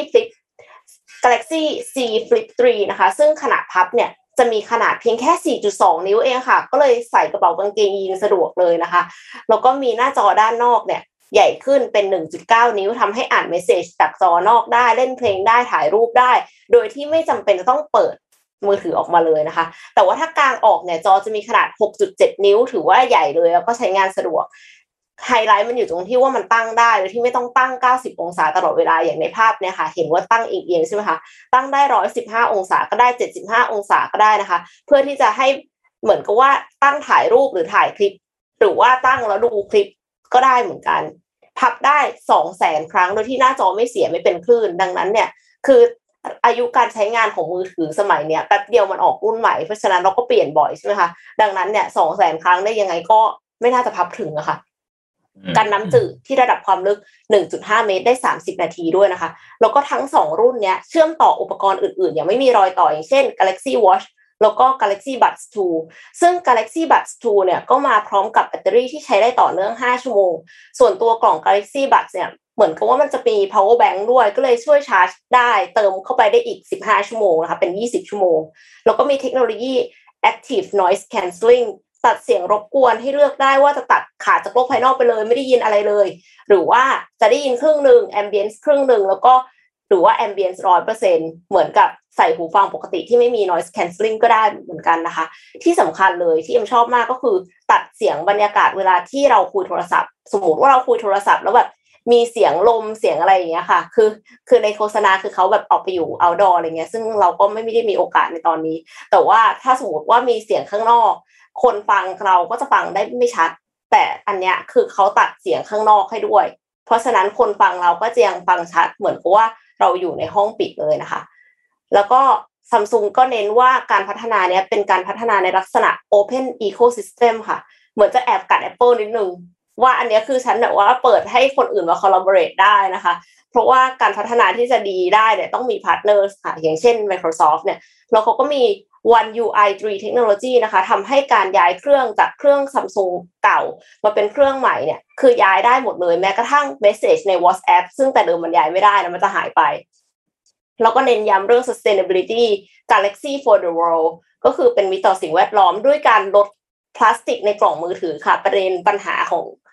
Z Flip 3 นะคะซึ่งขนาดพับเนี่ยจะมีขนาดเพียงแค่ 4.2 นิ้วเองค่ะก็เลยใส่กระเป๋ากางเกงยีนสะดวกเลยนะคะแล้วก็มีหน้าจอด้านนอกเนี่ยใหญ่ขึ้นเป็น 1.9 นิ้วทำให้อ่านเมสเสจจากจอนอกได้เล่นเพลงได้ถ่ายรูปได้โดยที่ไม่จำเป็นจะต้องเปิดมือถือออกมาเลยนะคะแต่ว่าถ้ากางออกเนี่ยจอจะมีขนาด 6.7 นิ้วถือว่าใหญ่เลยแล้วก็ใช้งานสะดวกไฮไลท์มันอยู่ตรงที่ว่ามันตั้งได้โดยที่ไม่ต้องตั้ง90องศาตลอดเวลาอย่างในภาพเนี่ยค่ะเห็นว่าตั้งเอียงๆใช่ไหมคะตั้งได้115องศาก็ได้75องศาก็ได้นะคะเพื่อที่จะให้เหมือนกับว่าตั้งถ่ายรูปหรือถ่ายคลิปหรือว่าตั้งแล้วดูคลิปก็ได้เหมือนกันพับได้ 200,000 ครั้งโดยที่หน้าจอไม่เสียไม่เป็นคลื่นดังนั้นเนี่ยคืออายุการใช้งานของมือถือสมัยเนี้ยแป๊บเดียวมันออกรุ่นใหม่เพราะฉะนั้นเราก็เปลี่ยนบ่อยใช่ไหมคะดังนั้นเนี่ย 200,000 ครั้งได้ยังไงก็ไม่น่าจะพับถึงอะค่ะกันน้ำจืดที่ระดับความลึก 1.5 เมตรได้30นาทีด้วยนะคะแล้วก็ทั้ง2รุ่นเนี้ยเชื่อมต่ออุปกรณ์อื่นๆอย่างไม่มีรอยต่ออย่างเช่น Galaxy Watch แล้วก็ Galaxy Buds 2 ซึ่ง Galaxy Buds 2 เนี่ยก็มาพร้อมกับแบตเตอรี่ที่ใช้ได้ต่อเนื่อง5ชั่วโมงส่วนตัวกล่อง Galaxy Buds เนี่ยเหมือนกับว่ามันจะมี power bank ด้วยก็เลยช่วยชาร์จได้เติมเข้าไปได้อีก15ชั่วโมงนะคะเป็น20ชั่วโมงแล้วก็มีเทคโนโลยี Active Noise Cancellingตัดเสียงรบกวนให้เลือกได้ว่าจะตัดขาดจากโลกภายนอกไปเลยไม่ได้ยินอะไรเลยหรือว่าจะได้ยินครึ่งนึง ambience ครึ่งนึงแล้วก็หรือว่า ambience 100% เหมือนกับใส่หูฟังปกติที่ไม่มี noise cancelling ก็ได้เหมือนกันนะคะที่สำคัญเลยที่เอ็มชอบมากก็คือตัดเสียงบรรยากาศเวลาที่เราคุยโทรศัพท์สมมติว่าเราคุยโทรศัพท์แล้วแบบมีเสียงลมเสียงอะไรอย่างเงี้ยค่ะคือในโฆษณาคือเขาแบบออกไปอยู่ outdoor อะไรเงี้ยซึ่งเราก็ไม่ได้มีโอกาสในตอนนี้แต่ว่าถ้าสมมติว่ามีเสียงข้างนอกคนฟังเราก็จะฟังได้ไม่ชัดแต่อันเนี้ยคือเขาตัดเสียงข้างนอกให้ด้วยเพราะฉะนั้นคนฟังเราก็จะยังฟังชัดเหมือนกับว่าเราอยู่ในห้องปิดเลยนะคะแล้วก็ Samsung ก็เน้นว่าการพัฒนาเนี้ยเป็นการพัฒนาในลักษณะ Open Ecosystem ค่ะเหมือนจะแอบกัด Apple นิดนึงว่าอันนี้คือฉันแบบว่าเปิดให้คนอื่นมา collaborate ได้นะคะเพราะว่าการพัฒนาที่จะดีได้เนี่ยต้องมี partners ค่ะอย่างเช่น Microsoft เนี่ยแล้วเขาก็มีOne UI 3 Technology นะคะทำให้การย้ายเครื่องจากเครื่อง Samsung เก่ามาเป็นเครื่องใหม่เนี่ยคือย้ายได้หมดเลยแม้กระทั่ง Message ใน WhatsApp ซึ่งแต่เดิมมันย้ายไม่ได้นะมันจะหายไปแล้วก็เน้นย้ำเรื่อง Sustainability Galaxy for the World ก็คือเป็นมิตรต่อสิ่งแวดล้อมด้วยการลดพลาสติกในกล่องมือถือค่ะประเด็นปัญหาของ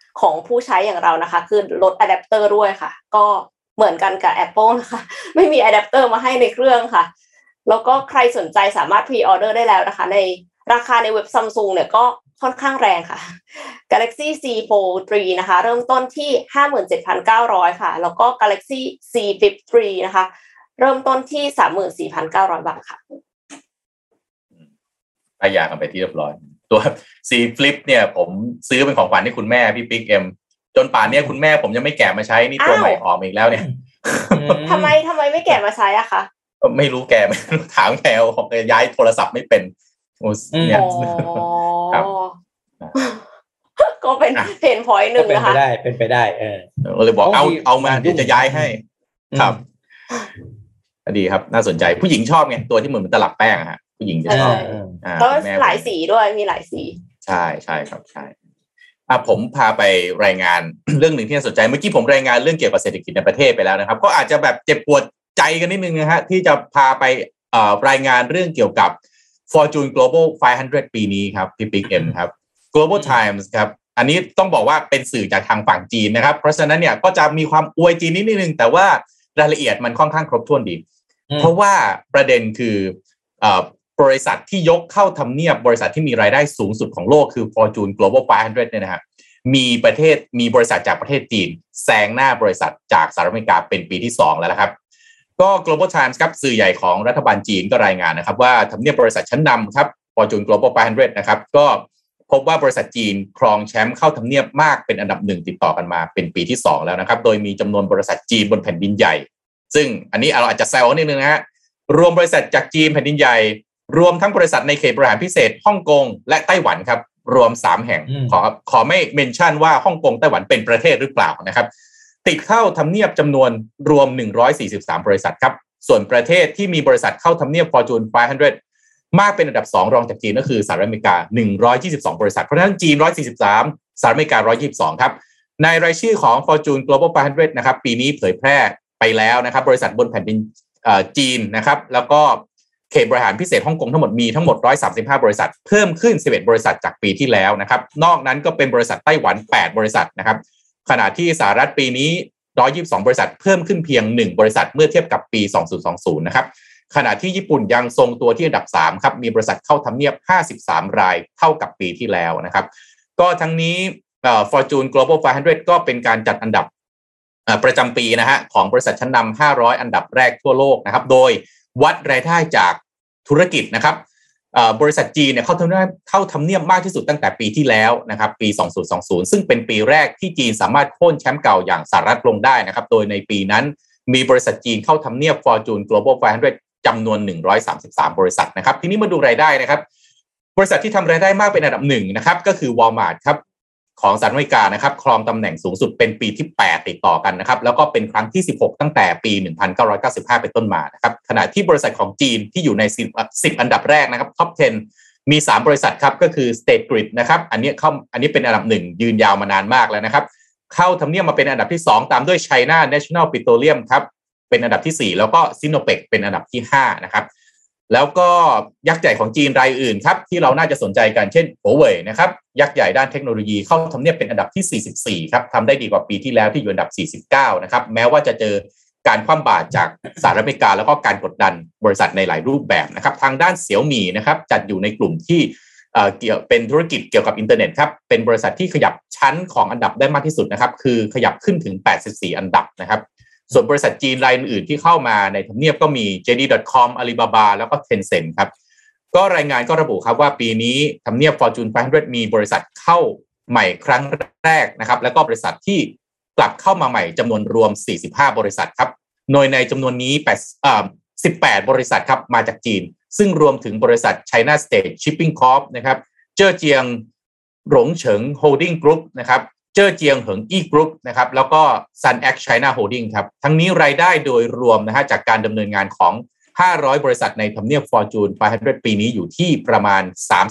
ของผู้ใช้อย่างเรานะคะคือลดอะแดปเตอร์ด้วยค่ะก็เหมือนกันกับ Apple นะคะไม่มีอะแดปเตอร์มาให้ในเครื่องค่ะแล้วก็ใครสนใจสามารถพรีออเดอร์ได้แล้วนะคะในราคาในเว็บ Samsung เนี่ยก็ค่อนข้างแรงค่ะ Galaxy Z Fold 3นะคะเริ่มต้นที่ 57,900 ค่ะแล้วก็ Galaxy Z Flip 3นะคะเริ่มต้นที่ 34,900 บาทค่ะป้ายยากันไปที่เรียบร้อยตัว C Flip เนี่ยผมซื้อเป็นของขวัญให้คุณแม่พี่ปิ๊กเอ็มจนป่านนี้คุณแม่ผมยังไม่แกะมาใช้นี่ตัวใหม่ออกอีกแล้วเนี่ยทำไมไม่แกะมาใช้อะคะไม่รู้แกไม่ถามแกของย้ายโทรศัพท์ไม่เป็นเนี่ยครับก็เป็นเพนพอยต์หนึ่งนะคะเป็นไปได้เลยบอกเอามาเดี๋ยวจะย้ายให้ครับดีครับน่าสนใจผู้หญิงชอบไงตัวที่เหมือนตลับแป้งฮะผู้หญิงจะชอบแล้วหลายสีด้วยมีหลายสีใช่ครับใช่ผมพาไปรายงานเรื่องหนึ่งที่น่าสนใจเมื่อกี้ผมรายงานเรื่องเกี่ยวกับเศรษฐกิจในประเทศไปแล้วนะครับก็อาจจะแบบเจ็บปวดใจกันนิดนึงนะฮะที่จะพาไปรายงานเรื่องเกี่ยวกับ Fortune Global 500 ปีนี้ครับพี่ปิ๊กเอ็มครับ Global Times ครับอันนี้ต้องบอกว่าเป็นสื่อจากทางฝั่งจีนนะครับเพราะฉะนั้นเนี่ยก็จะมีความอวยจีนนิดนึงแต่ว่ารายละเอียดมันค่อนข้างครบถ้วนดีเพราะว่าประเด็นคือบริษัทที่ยกเข้าทำเนียบบริษัทที่มีรายได้สูงสุดของโลกคือ Fortune Global 500 เนี่ยนะครับมีบริษัทจากประเทศจีนแซงหน้าบริษัทจากสหรัฐอเมริกาเป็นปีที่2แล้วนะครับก็ Global Times ครับสื่อใหญ่ของรัฐบาลจีนก็รายงานนะครับว่าทำเนียบบริษัทชั้นนำครับ Fortune Global 500 นะครับก็พบว่าบริษัทจีนครองแชมป์เข้าทำเนียบมากเป็นอันดับ1ติดต่อกันมาเป็นปีที่2แล้วนะครับโดยมีจำนวนบริษัทจีนบนแผ่นดินใหญ่ซึ่งอันนี้เราอาจจะแซวนิดนึงนะฮะรวมบริษัทจากจีนแผ่นดินใหญ่รวมทั้งบริษัทในเขตบริหารพิเศษฮ่องกงและไต้หวันครับรวม3แห่งขอไม่เมนชั่นว่าฮ่องกงไต้หวันเป็นประเทศหรือเปล่านะครับติดเข้าทำเนียบจำนวนรวม143บริษัทครับส่วนประเทศที่มีบริษัทเข้าทำเนียบ Fortune 500 มากเป็นอันดับ2รองจากจีนก็คือสหรัฐอเมริกา122บริษัทเพราะฉะนั้นจีน143สหรัฐอเมริกา122ครับในรายชื่อของ Fortune Global 500 นะครับปีนี้เผยแพร่ไปแล้วนะครับบริษัทบนแผ่นดินจีนนะครับแล้วก็เขตบริหารพิเศษฮ่องกงทั้งหมดมีทั้งหมด135บริษัทเพิ่มขึ้น11บริษัทจากปีที่แล้วนะครับนอกนั้นก็เป็นบริษัทไต้หวัน8บริษัทนะครับขณะที่สหรัฐปีนี้122บริษัทเพิ่มขึ้นเพียง1บริษัทเมื่อเทียบกับปี2020นะครับขณะที่ญี่ปุ่นยังทรงตัวที่อันดับ3ครับมีบริษัทเข้าทำเนียบ53รายเท่ากับปีที่แล้วนะครับก็ทั้งนี้Fortune Global 500 ก็เป็นการจัดอันดับประจำปีนะฮะของบริษัทชั้นนำ500อันดับแรกทั่วโลกนะครับโดยวัดรายได้จากธุรกิจนะครับบริษัทจีนเนี่ยเข้าทำเนียบมากที่สุดตั้งแต่ปีที่แล้วนะครับปี2020ซึ่งเป็นปีแรกที่จีนสามารถโค่นแชมป์เก่าอย่างสหรัฐลงได้นะครับโดยในปีนั้นมีบริษัทจีนเข้าทำเนียบ Fortune Global 500 จำนวน133บริษัทนะครับทีนี้มาดูรายได้นะครับบริษัทที่ทำรายได้มากเป็นอันดับ1นะครับก็คือ Walmart ครับของสหรัฐอเมริกานะครับครองตำแหน่งสูงสุดเป็นปีที่8ติดต่อกันนะครับแล้วก็เป็นครั้งที่16ตั้งแต่ปี1995เป็นต้นมานะครับขณะที่บริษัทของจีนที่อยู่ใน10อันดับแรกนะครับท็อป10มี3บริษัทครับก็คือ State Grid นะครับอันนี้เป็นอันดับ1ยืนยาวมานานมากแล้วนะครับเข้าทำเนียบมาเป็นอันดับที่2ตามด้วย China National Petroleum ครับเป็นอันดับที่4แล้วก็ Sinopec เป็นอันดับที่5นะครับแล้วก็ยักษ์ใหญ่ของจีนรายอื่นครับที่เราน่าจะสนใจกันเช่นหัวเว่ยนะครับยักษ์ใหญ่ด้านเทคโนโลยีเข้าทำเนียบเป็นอันดับที่44ครับทำได้ดีกว่าปีที่แล้วที่อยู่อันดับ49นะครับแม้ว่าจะเจอการคว่ำบาตรจากสหรัฐอเมริกาแล้วก็การกดดันบริษัทในหลายรูปแบบนะครับทางด้านเสี่ยวหมี่นะครับจัดอยู่ในกลุ่มที่เกี่ยวเป็นธุรกิจเกี่ยวกับอินเทอร์เน็ตครับเป็นบริษัทที่ขยับชั้นของอันดับได้มากที่สุดนะครับคือขยับขึ้นถึง84อันดับนะครับส่วนบริษัทจีนรายอื่นที่เข้ามาในทำเนียบก็มี JD.com Alibaba แล้วก็ Tencent ครับก็รายงานก็ระบุครับว่าปีนี้ทำเนียบ Fortune 500 มีบริษัทเข้าใหม่ครั้งแรกนะครับแล้วก็บริษัทที่กลับเข้ามาใหม่จำนวนรวม45บริษัทครับโดยในจำนวนนี้18บริษัทครับมาจากจีนซึ่งรวมถึงบริษัท China State Shipping Corp นะครับเจ้อเจียงหลงเฉิง Holding Group นะครับเจ้อเจียงเหิงอี้กรุ๊ปนะครับแล้วก็ SunX China Holding ครับทั้งนี้รายได้โดยรวมนะฮะจากการดำเนินงานของ500บริษัทในทำเนียบ Fortune 500 ปีนี้อยู่ที่ประมาณ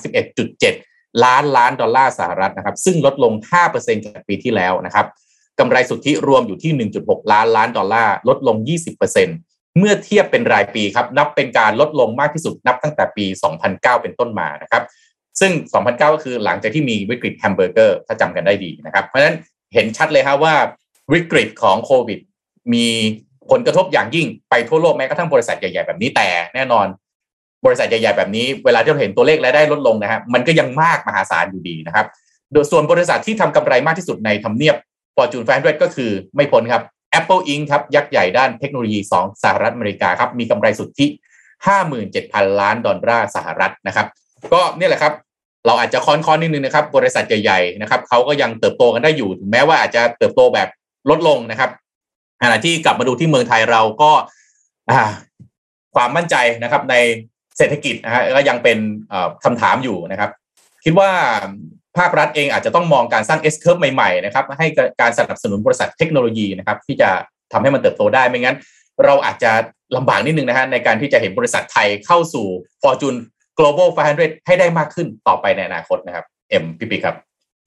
31.7 ล้านดอลลาร์สหรัฐนะครับซึ่งลดลง 5% จากปีที่แล้วนะครับกำไรสุทธิรวมอยู่ที่ 1.6 ล้านดอลลาร์ลดลง 20% เมื่อเทียบเป็นรายปีครับนับเป็นการลดลงมากที่สุดนับตั้งแต่ปี 2009 เป็นต้นมานะครับซึ่ง2009ก็คือหลังจากที่มีวิกฤตแฮมเบอร์เกอร์ถ้าจำกันได้ดีนะครับเพราะฉะนั้นเห็นชัดเลยครับว่าวิกฤตของโควิดมีผลกระทบอย่างยิ่งไปทั่วโลกแม้กระทั่งบริษัทใหญ่ๆแบบนี้แต่แน่นอนบริษัทใหญ่ๆแบบนี้เวลาที่เราเห็นตัวเลขรายได้ลดลงนะครับมันก็ยังมากมหาศาลอยู่ดีนะครับโดยส่วนบริษัทที่ทำกำไรมากที่สุดในทำเนียบ Fortune 500 ก็คือไม่พ้นครับ Apple Inc. ครับยักษ์ใหญ่ด้านเทคโนโลยี2สหรัฐอเมริกาครับมีกำไรสุทธิ 57,000 ล้านดอลลาร์สหรัฐนะครับก็เนี่ยแหละครับเราอาจจะค้อนนิดนึงนะครับบริษัทใหญ่ๆนะครับเขาก็ยังเติบโตกันได้อยู่ถึงแม้ว่าอาจจะเติบโตแบบลดลงนะครับขณะที่กลับมาดูที่เมืองไทยเราก็ความมั่นใจนะครับในเศรษฐกิจนะฮะก็ยังเป็นคำถามอยู่นะครับคิดว่าภาครัฐเองอาจจะต้องมองการสร้าง S curve ใหม่ๆนะครับให้การสนับสนุนบริษัทเทคโนโลยีนะครับที่จะทำให้มันเติบโตได้ไม่งั้นเราอาจจะลำบากนิดนึงนะฮะในการที่จะเห็นบริษัทไทยเข้าสู่ Fortune Global 500 ให้ได้มากขึ้นต่อไปในอนาคตนะครับพี่ปิ๊กครับ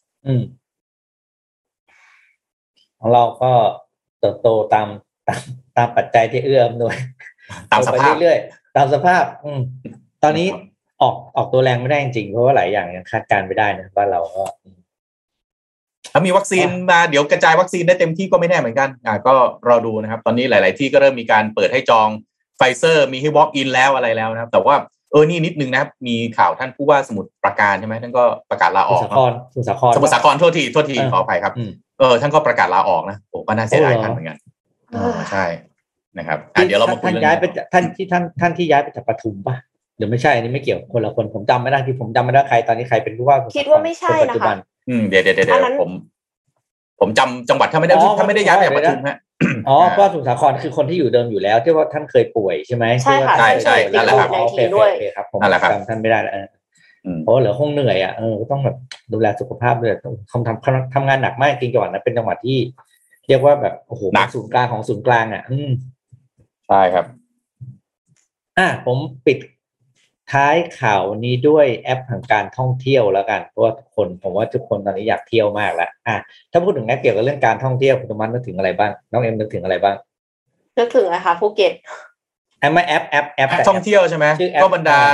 ของเราก็เติบโตตามปัจจัยที่เอื้ออำนวยตามสภาพเรื่อยๆตามสภาพตอนนี้ออกตัวแรงไม่ได้จริงเพราะว่าหลายอย่างยังคาดการณ์ไม่ได้นะบ้านเราก็ถ้ามีวัคซีนมาเดี๋ยวกระจายวัคซีนได้เต็มที่ก็ไม่แน่เหมือนกันก็รอดูนะครับตอนนี้หลายๆที่ก็เริ่มมีการเปิดให้จองไฟเซอร์มีให้ walk in แล้วอะไรแล้วนะครับแต่ว่านี่นิดนึงนะครับมีข่าวท่านผู้ว่าสมุทรปราการใช่ไหมท่านก็ประกาศลาออกสมุทรสาครโทษทีขออภัยครับท่านก็ประกาศลาออกนะโอ้ก็น่าเสียดายท่านเหมือนกันใช่นะครับเดี๋ยวเรามาคุยเรื่องย้ายไปท่านที่ย้ายไปจากปทุมป่ะหรือไม่ใช่อันนี้ไม่เกี่ยวคนละคนผมจำไม่ได้ที่ผมจำไม่ได้ใครตอนนี้ใครเป็นผู้ว่าคิดว่าไม่ใช่นะคะเดี๋ยวผมจำจังหวัดถ้าไม่ได้ย้ายไปจากปทุมฮะเพราะสมุทรสาครคือคนที่อยู่เดิมอยู่แล้วที่ว่าท่านเคยป่วยใช่ไหมใช่ค่ะใช่นั่นแหละครับครับผมจำท่านไม่ได้แล้วเพราะเหลือคงเหนื่อยก็ต้องแบบดูแลสุขภาพด้วยทำงานหนักมากจริงจังหวัดนั้นเป็นจังหวัดที่เรียกว่าแบบโอ้โหศูนย์กลางของศูนย์กลางใช่ครับผมปิดท้ายข่าวนี้ด้วยแอปแห่งการท่องเที่ยวแล้วกันเพราะว่าผมว่าทุกคนตอนนี้อยากเที่ยวมากแล้วถ้าพูดถึงแอปเกี่ยวกับเรื่องการท่องเที่ยวคุณธรรมนึกถึงอะไรบ้างน้องเอ็มนึกถึงอะไรบ้างนึกถึงอะไรคะภูเก็ตไม่แอปท่องเที่ยวใช่ไหมก็บรรดา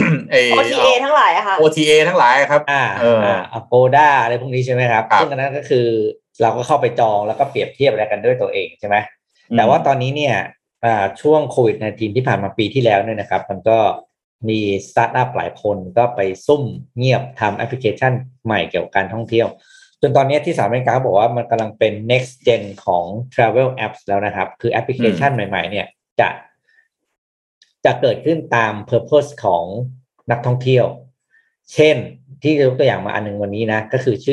OTA ทั้งหลายอะค่ะ OTA ทั้งหลายครับ Agoda อะไรพวกนี้ใช่ไหมครับซึ่งอันนั้นก็คือเราก็เข้าไปจองแล้วก็เปรียบเทียบอะไรกันด้วยตัวเองใช่ไหมแต่ว่าตอนนี้เนี่ยช่วงโควิด-19 ที่ผ่านมาปีที่แล้วเนี่ยนะครับมันก็มีสตาร์ทอัพหลายคนก็ไปซุ่มเงียบทำแอปพลิเคชันใหม่เกี่ยวกับการท่องเที่ยวจนตอนนี้ที่สหรัฐอเมริกาบอกว่ามันกำลังเป็น next gen ของ travel apps แล้วนะครับคือแอปพลิเคชันใหม่ๆเนี่ยจะเกิดขึ้นตาม purpose ของนักท่องเที่ยวเช่นที่ยกตัวอย่างมาอันนึงวันนี้นะก็คือชื่อ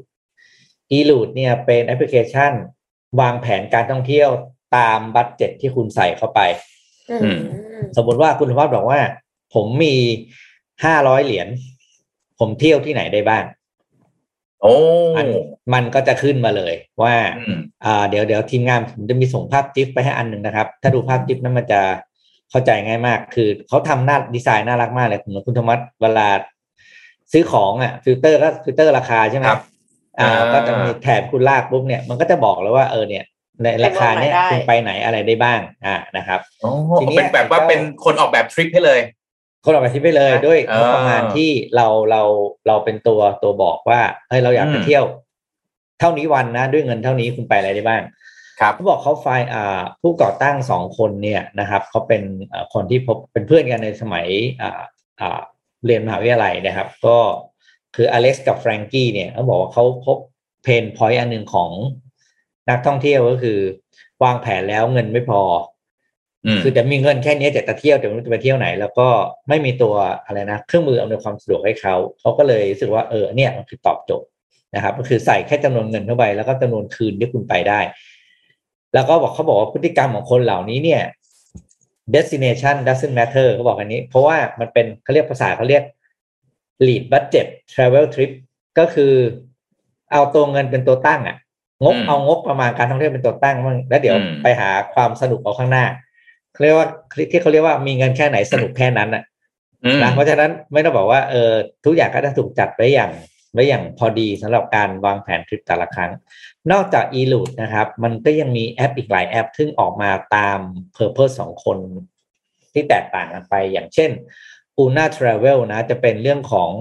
eLoot เนี่ยเป็นแอปพลิเคชันวางแผนการท่องเที่ยวตามบัดเจ็ตที่คุณใส่เข้าไปสมมติว่าคุณธวัฒน์บอกว่าผมมี500 เหรียญผมเที่ยวที่ไหนได้บ้างมันก็จะขึ้นมาเลยว่าเดี๋ยวทีมงานผมจะมีส่งภาพจิ๊บไปให้อันนึงนะครับถ้าดูภาพจิ๊บนั้นมันจะเข้าใจง่ายมากคือเขาทำหน้าดีไซน์น่ารักมากเลยคุณธวัฒน์เวลาซื้อของฟิลเตอร์ราคาใช่ไหมก็จะมีแถบคุณลากปุ๊บเนี่ยมันก็จะบอกแล้วว่าเนี่ยในราคาเนี้ยคุณไปไหนอะไรได้บ้างนะครับทีนี้เป็นแบบว่าเป็นคนออกแบบทริปให้เลยคนออกแบบทริปไปเลยด้วยประมาณที่เราเป็นตัวบอกว่าเฮ้ยเราอยากไปเที่ยวเท่านี้วันนะด้วยเงินเท่านี้คุณไปอะไรได้บ้างเขาบอกเขาผู้ก่อตั้ง2คนเนี่ยนะครับเขาเป็นคนที่เป็นเพื่อนกันในสมัยเรียนมหาวิทยาลัยนะครับก็คืออเล็กซ์กับแฟรงกี้เนี่ยเขาบอกว่าเขาพบเพนพอยต์อันนึงของนักท่องเที่ยวก็คือวางแผนแล้วเงินไม่พอคือจะมีเงินแค่นี้จะเที่ยวแต่ไม่รู้จะไปเที่ยวไหนแล้วก็ไม่มีตัวอะไรนะเครื่องมืออำนวยความสะดวกให้เขาก็เลยรู้สึกว่าเนี่ยมันคือตอบโจทย์นะครับก็คือใส่แค่จำนวนเงินเข้าไปแล้วก็จำนวนคืนที่คุณไปได้แล้วก็เขาบอกว่าพฤติกรรมของคนเหล่านี้เนี่ย destination doesn't matter เขาบอกอันนี้เพราะว่ามันเป็นเขาเรียกภาษาเขาเรียก lead budget travel trip ก็คือเอาตัวเงินเป็นตัวตั้งเอางบประมาณการท่องเที่ยวเป็นตัวตั้งมั่งแล้วเดี๋ยวไปหาความสนุกเอาข้างหน้าเรียกว่าที่เขาเรียกว่ามีเงินแค่ไหนสนุกแค่นั้นนะเพราะฉะนั้นไม่ต้องบอกว่าทุกอย่างก็จะถูกจัดไว้อย่างพอดีสำหรับการวางแผนทริปแต่ละครั้งนอกจาก eLoot นะครับมันก็ยังมีแอปอีกหลายแอปซึ่งออกมาตาม purpose ของคนที่แตกต่างกันไปอย่างเช่น Una Travel นะจะเป็นเรื่องของ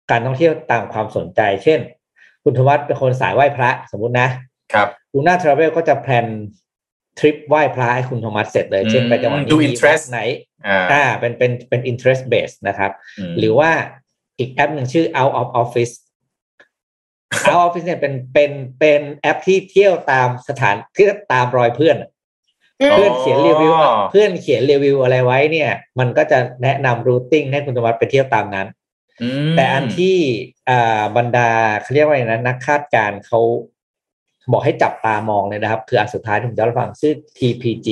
การท่องเที่ยวตามความสนใจเช่นคุณธวัฒน์เป็นคนสายไหว้พระสมมุตินะครับลูน่าทราเวลก็จะแพลนทริปไหว้พระให้คุณธวัฒน์เสร็จเลยเช่นไปจังหวัดนี้มีวัดไหนเป็น interest base นะครับหรือว่าอีกแอปหนึ่งชื่อ out of office out of office เนี่ยเป็นแอปที่เที่ยวตามสถานที่ตามรอยเพื่อนเขียนรีวิวเพื่อนเขียนรีวิวอะไรไว้เนี่ยมันก็จะแนะนำรูทติ้งให้คุณธวัฒน์ไปเที่ยวตามนั้นแต่อันที่บรรดาเขาเรียกว่าอะไรนะนักคาดการณ์เขาบอกให้จับตามองเลยนะครับคืออันสุดท้ายที่ผมจะเล่าให้ฟังชื่อ TPG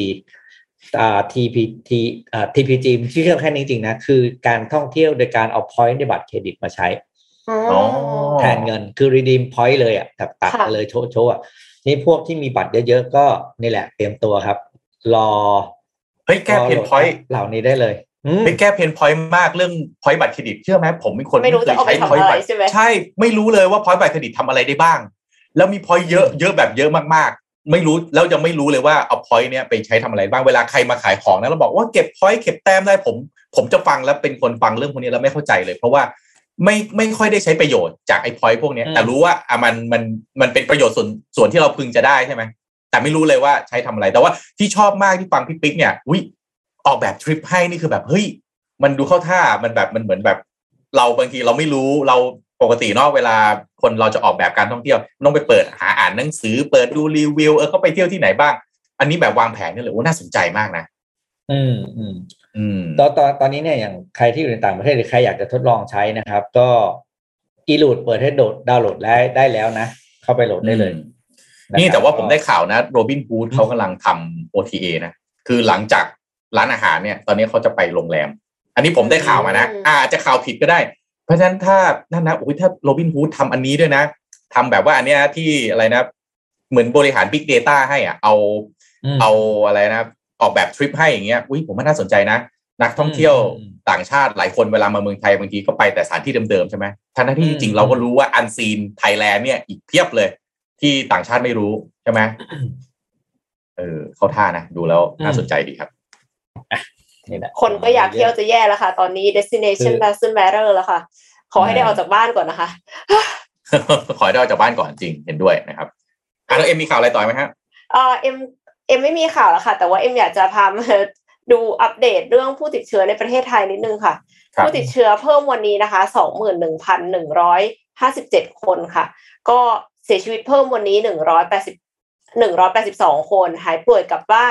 TPG ชื่อเรื่องแค่นี้จริงนะคือการท่องเที่ยวโดยการเอา point ในบัตรเครดิตมาใช้แทนเงินคือ redeem point เลยอ่ะตัดเลยโชว์นี่พวกที่มีบัตรเยอะๆก็นี่แหละเตรียมตัวครับรอแก้เพน point เหล่านี้ได้เลยไม่แก้เพน point มากเรื่อง point บัตรเครดิตเชื่อไหมผมเป็นคนไม่รู้จะเอาไปทำอะไรใช่ไหมใช่ไม่รู้เลยว่า point บัตรเครดิตทำอะไรได้บ้างแล้วมี point เยอะแบบเยอะมากๆไม่รู้แล้วยังไม่รู้เลยว่าเอา point เนี้ยไปใช้ทำอะไรบ้างเวลาใครมาขายของนะเราบอกว่าเก็บ point เก็บแต้มได้ผมจะฟังแล้วเป็นคนฟังเรื่องพวกนี้แล้วไม่เข้าใจเลยเพราะว่าไม่ค่อยได้ใช้ประโยชน์จากไอ้ point พวกนี้แต่รู้ว่ามันเป็นประโยชน์ส่วนที่เราพึงจะได้ใช่ไหมแต่ไม่รู้เลยว่าใช้ทำอะไรแต่ว่าที่ชอบมากที่ฟังพี่ปิ๊กเนี่ยออกแบบทริปให้นี่คือแบบเฮ้ยมันดูเข้าท่ามันเหมือนแบบเราบางทีเราไม่รู้เราปกติเนาะเวลาคนเราจะออกแบบการท่องเที่ยวต้องไปเปิดอ่านหนังสือเปิดดูรีวิวก็ไปเที่ยวที่ไหนบ้างอันนี้แบบวางแผนนี่เลยน่าสนใจมากนะตอนนี้เนี่ยอย่างใครที่อยู่ในต่างประเทศหรือใครอยากจะทดลองใช้นะครับก็e-rootเปิดให้ดาวน์โหลดได้แล้วนะเข้าไปโหลดได้เลยนี่แต่ว่าผมได้ข่าวนะโรบินฮูดเขากำลังทำ OTA นะคือหลังจากร้านอาหารเนี่ยตอนนี้เขาจะไปโรงแรมอันนี้ผมได้ข่าวมานะอาจจะข่าวผิดก็ได้เพราะฉะนั้นถ้านั่นนะถ้าโรบินฮูดทำอันนี้ด้วยนะทำแบบว่าอันเนี้ยที่อะไรนะเหมือนบริหาร Big Data ให้อ่ะเอาอะไรนะออกแบบทริปให้อย่างเงี้ยผมว่าน่าสนใจนะนักท่องเที่ยวต่างชาติหลายคนเวลามาเมืองไทยบางทีก็ไปแต่สถานที่เดิมๆใช่ไหมทั้งที่จริงๆเราก็รู้ว่าอันซีนไทยแลนด์เนี่ยอีกเพียบเลยที่ต่างชาติไม่รู้ใช่ไหมเข้าท่านะดูแล้วน่าสนใจดีครับคนก็อยากเที่ยวจะแย่แล้วค่ะตอนนี้ destination doesn't matter แล้วค่ะขอให้ได้ออกจากบ้านก่อนนะคะขอให้ได้ออกจากบ้านก่อนจริงเห็นด้วยนะครับแล้วเอ็มมีข่าวอะไรต่อไหมฮะเอ็มไม่มีข่าวแล้วค่ะแต่ว่าเอ็มอยากจะพามาดูอัปเดตเรื่องผู้ติดเชื้อในประเทศไทยนิดนึงค่ะผู้ติดเชื้อเพิ่มวันนี้นะคะ 21,157 คนค่ะก็เสียชีวิตเพิ่มวันนี้182 คนหายป่วยกลับบ้าน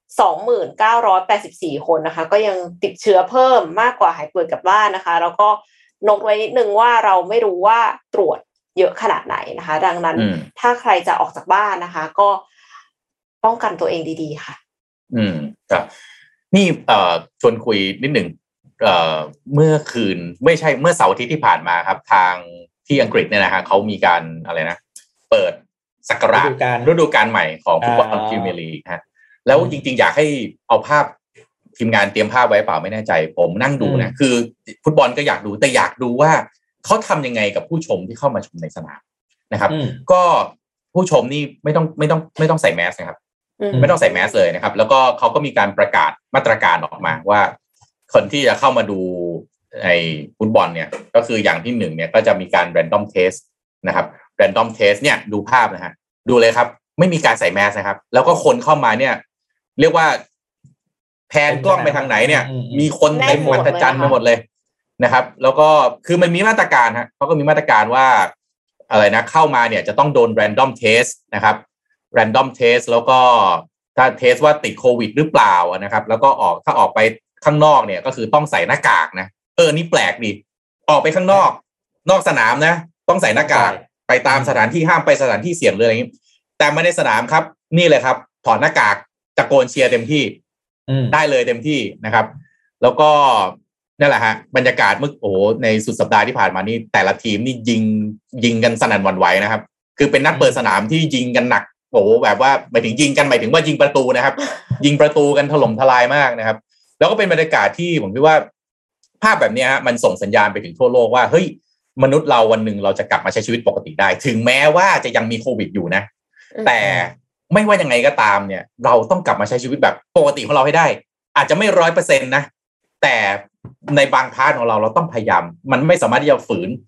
2,984 คนนะคะก็ยังติดเชื้อเพิ่มมากกว่าหายป่วยกลับบ้านนะคะแล้วก็นกไว้นิดนึงว่าเราไม่รู้ว่าตรวจเยอะขนาดไหนนะคะดังนั้นถ้าใครจะออกจากบ้านนะคะก็ป้องกันตัวเองดีๆค่ะครับนี่ชวนคุยนิดหนึ่งเมื่อคืนไม่ใช่เมื่อเสาร์อาทิตย์ที่ผ่านมาครับทางที่อังกฤษเนี่ยนะฮะเขามีการอะไรนะเปิดศักราชฤดูกาลใหม่ของฟุตบอลพรีเมียร์ลีกฮะแล้วจริงๆอยากให้เอาภาพทีมงานเตรียมภาพไว้เปล่าไม่แน่ใจผมนั่งดูนะคือฟุตบอลก็อยากดูแต่อยากดูว่าเขาทำยังไงกับผู้ชมที่เข้ามาชมในสนามนะครับก็ผู้ชมนี่ไม่ต้องใส่แมสนะครับไม่ต้องใส่แมสเลยนะครับแล้วก็เขาก็มีการประกาศมาตรการออกมาว่าคนที่จะเข้ามาดูไอ้ฟุตบอลเนี่ยก็คืออย่างที่1เนี่ยก็จะมีการ random test นะครับ random test เนี่ยดูภาพนะฮะดูเลยครับไม่มีการใส่แมสนะครับแล้วก็คนเข้ามาเนี่ยเรียกว่าแพนกล้องไปทางไหนเนี่ยมีคนเต็มมหัศจรรย์ไปหมดเลยนะครับแล้วก็คือมันมีมาตรการฮะเขาก็มีมาตรการว่าอะไรนะเข้ามาเนี่ยจะต้องโดน random test นะครับ random test แล้วก็ถ้าเทสว่าติดโควิดหรือเปล่านะครับแล้วก็ถ้าออกไปข้างนอกเนี่ยก็คือต้องใส่หน้ากากนะนี่แปลกดิออกไปข้างนอกสนามนะต้องใส่หน้ากากไปตามสถานที่ห้ามไปสถานที่เสี่ยงเลยอะไรอย่างนี้แต่มาในสนามครับนี่เลยครับถอดหน้ากากตะโกนเชียร์เต็มที่ได้เลยเต็มที่นะครับแล้วก็นั่นแหละฮะบรรยากาศเมื่อในสุดสัปดาห์ที่ผ่านมานี่แต่ละทีมนี่ยิงกันสนั่นหวั่นไหวนะครับคือเป็นนัดเปิดสนามที่ยิงกันหนักแบบว่าหมายถึงยิงกันหมายถึงว่ายิงประตูนะครับยิงประตูกันถล่มทลายมากนะครับแล้วก็เป็นบรรยากาศที่ผมคิดว่าภาพแบบนี้ฮะมันส่งสัญญาณไปถึงทั่วโลกว่าเฮ้ยมนุษย์เราวันหนึ่งเราจะกลับมาใช้ชีวิตปกติได้ถึงแม้ว่าจะยังมีโควิดอยู่นะแต่ไม่ว่ายังไงก็ตามเนี่ยเราต้องกลับมาใช้ชีวิตแบบปกติของเราให้ได้อาจจะไม่ 100% นะแต่ในบางพาร์ทของเราต้องพยายามมันไม่สามารถที่จะฝืน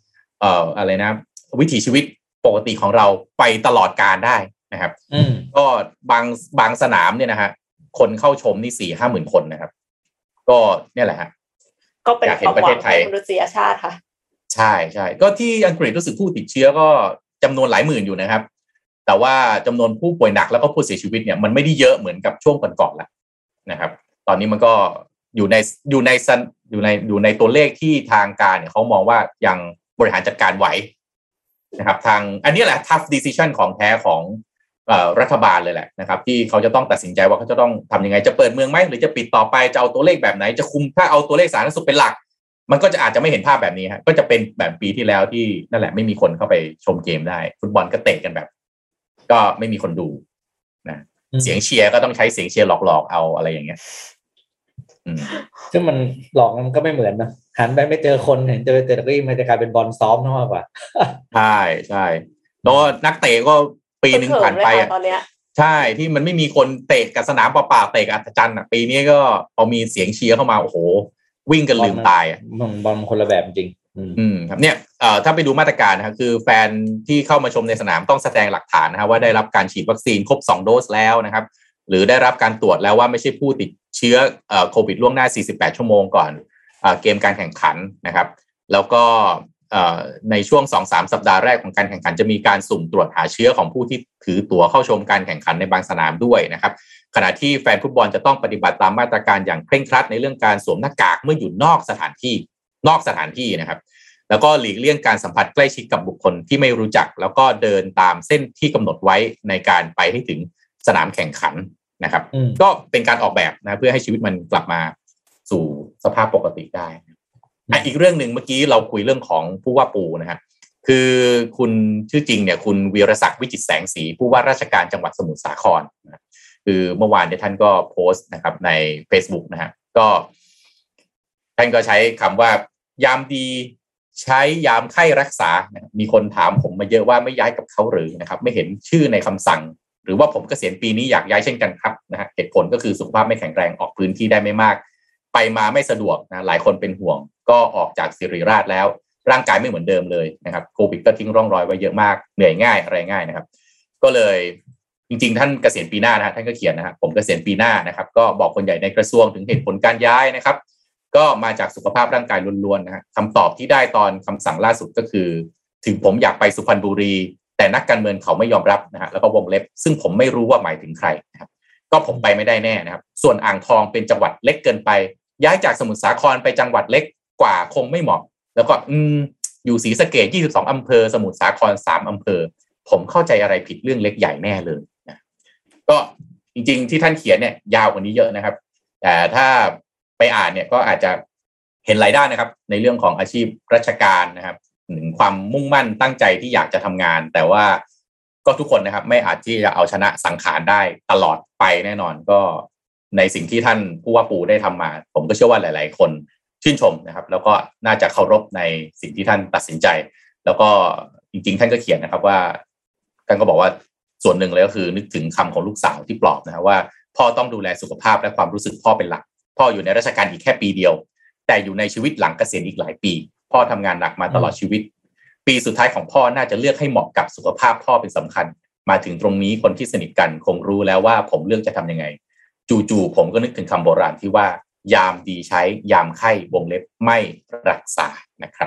อะไรนะวิถีชีวิตปกติของเราไปตลอดกาลได้นะครับก็บางสนามเนี่ยนะฮะคนเข้าชมนี่4-5 หมื่นคนนะครับก็เนี่ยแหละฮะก็เป็นความหวังของมนุษยชาติค่ะใช่ใช่ก็ที่อังกฤษรู้สึกผู้ติดเชื้อก็จำนวนหลายหมื่นอยู่นะครับแต่ว่าจำนวนผู้ป่วยหนักแล้วก็ผู้เสียชีวิตเนี่ยมันไม่ได้เยอะเหมือนกับช่วงก่อนๆแล้วนะครับตอนนี้มันก็อยู่ในตัวเลขที่ทางการเนี่ยเขามองว่ายังบริหารจัดการไหวนะครับทางอันนี้แหละ tough decision ของแท้ของรัฐบาลเลยแหละนะครับที่เขาจะต้องตัดสินใจว่าเขาจะต้องทำยังไงจะเปิดเมืองไหมหรือจะปิดต่อไปจะเอาตัวเลขแบบไหนจะคุมถ้าเอาตัวเลขสาธารณสุขเป็นหลักมันก็จะอาจจะไม่เห็นภาพแบบนี้ฮะก็จะเป็นแบบปีที่แล้วที่นั่นแหละไม่มีคนเข้าไปชมเกมได้ฟุตบอลก็เตะกันแบบก็ไม่มีคนดูนะเสียงเชียร์ก็ต้องใช้เสียงเชียร์หลอกๆเอาอะไรอย่างเงี้ยซึ่งมันหลอกมันก็ไม่เหมือนนะหันไปไม่เจอคนเห็นเจอแต่ก็มันจะกลายเป็นบอลซ้อมมากกว่าใช่ใช่แล้วนักเตะก็ปีนึงผ่านไปอ่ะใช่ที่มันไม่มีคนเตะกับสนามเปล่าๆเตะกับอัศจรรย์อ่ะปีนี้ก็พอมีเสียงเชียร์เข้ามาโอ้โหวิ่งกันลืมตายอ่ะบอลคนละแบบจริงครับเนี่ยถ้าไปดูมาตรการนะครับคือแฟนที่เข้ามาชมในสนามต้องแสดงหลักฐานนะครับว่าได้รับการฉีดวัคซีนครบ2 โดสแล้วนะครับหรือได้รับการตรวจแล้วว่าไม่ใช่ผู้ติดเชื้อโควิดล่วงหน้า48 ชั่วโมงก่อนเกมการแข่งขันนะครับแล้วก็ในช่วง 2-3 สัปดาห์แรกของการแข่งขันจะมีการสุ่มตรวจหาเชื้อของผู้ที่ถือตั๋วเข้าชมการแข่งขันในบางสนามด้วยนะครับขณะที่แฟนฟุตบอลจะต้องปฏิบัติตามมาตรการอย่างเคร่งครัดในเรื่องการสวมหน้ากากเมื่ออยู่นอกสถานที่นะครับแล้วก็หลีกเลี่ยงการสัมผัสใกล้ชิดกับบุคคลที่ไม่รู้จักแล้วก็เดินตามเส้นที่กำหนดไว้ในการไปให้ถึงสนามแข่งขันนะครับก็เป็นการออกแบบนะเพื่อให้ชีวิตมันกลับมาสู่สภาพปกติได้อีกเรื่องหนึ่งเมื่อกี้เราคุยเรื่องของผู้ว่าปูนะครับคือคุณชื่อจริงเนี่ยคุณวีรศักดิ์วิจิตรแสงสีผู้ว่าราชการจังหวัดสมุทรสาครนะคือเมื่อวานเนี่ยท่านก็โพสต์นะครับใน Facebook นะฮะก็ท่านก็ใช้คำว่ายามดีใช้ยามไข้รักษามีคนถามผมมาเยอะว่าไม่ย้ายกับเขาหรือนะครับไม่เห็นชื่อในคำสั่งหรือว่าผมเกษียณปีนี้อยากย้ายเช่นกันครับนะฮะเหตุผลก็คือสุขภาพไม่แข็งแรงออกพื้นที่ได้ไม่มากไปมาไม่สะดวกนะหลายคนเป็นห่วงก็ออกจากศิริราชแล้วร่างกายไม่เหมือนเดิมเลยนะครับโควิดก็ทิ้งร่องรอยไว้เยอะมากเหนื่อยง่ายอะไรง่ายนะครับก็เลยจริงๆท่านเกษียณปีหน้านะฮะท่านก็เขียนนะฮะผมเกษียณปีหน้านะครับก็บอกคนใหญ่ในกระทรวงถึงเหตุผลการย้ายนะครับก็มาจากสุขภาพร่างกายล้วนๆนะฮะคำตอบที่ได้ตอนคำสั่งล่าสุดก็คือถึงผมอยากไปสุพรรณบุรีแต่นักการเมืองเขาไม่ยอมรับนะฮะแล้วก็วงเล็บซึ่งผมไม่รู้ว่าหมายถึงใครนะครับก็ผมไปไม่ได้แน่นะครับส่วนอ่างทองเป็นจังหวัดเล็กเกินไปย้ายจากสมุทรสาครไปจังหวัดเล็กกว่าคงไม่เหมาะแล้วก็อยู่ศรีสะเกษ22 อำเภอสมุทรสาคร3 อำเภอผมเข้าใจอะไรผิดเรื่องเล็กใหญ่แน่เลยนะก็จริงๆที่ท่านเขียนเนี่ยยาวกว่านี้เยอะนะครับแต่ถ้าไปอ่านเนี่ยก็อาจจะเห็นหลายด้านนะครับในเรื่องของอาชีพราชการนะครับความมุ่งมั่นตั้งใจที่อยากจะทำงานแต่ว่าก็ทุกคนนะครับไม่อาจที่จะเอาชนะสังขารได้ตลอดไปแน่นอนก็ในสิ่งที่ท่านผู้ว่าปูได้ทำมาผมก็เชื่อว่าหลายๆคนชื่นชมนะครับแล้วก็น่าจะเคารพในสิ่งที่ท่านตัดสินใจแล้วก็จริงๆท่านก็เขียนนะครับว่าท่านก็บอกว่าส่วนหนึ่งเลยก็คือนึกถึงคำของลูกสาวที่ปลอบนะครับว่าพ่อต้องดูแลสุขภาพและความรู้สึกพ่อเป็นหลักพ่ออยู่ในราชการอีกแค่ปีเดียวแต่อยู่ในชีวิตหลังเกษียณอีกหลายปีพ่อทำงานหนักมาตลอดชีวิตปีสุดท้ายของพ่อน่าจะเลือกให้เหมาะกับสุขภาพพ่อเป็นสำคัญมาถึงตรงนี้คนที่สนิทกันคงรู้แล้วว่าผมเลือกจะทำยังไงจู่ๆผมก็นึกถึงคำโบราณที่ว่ายามดีใช้ยามไข้วงเล็บไม่รักษานะครับ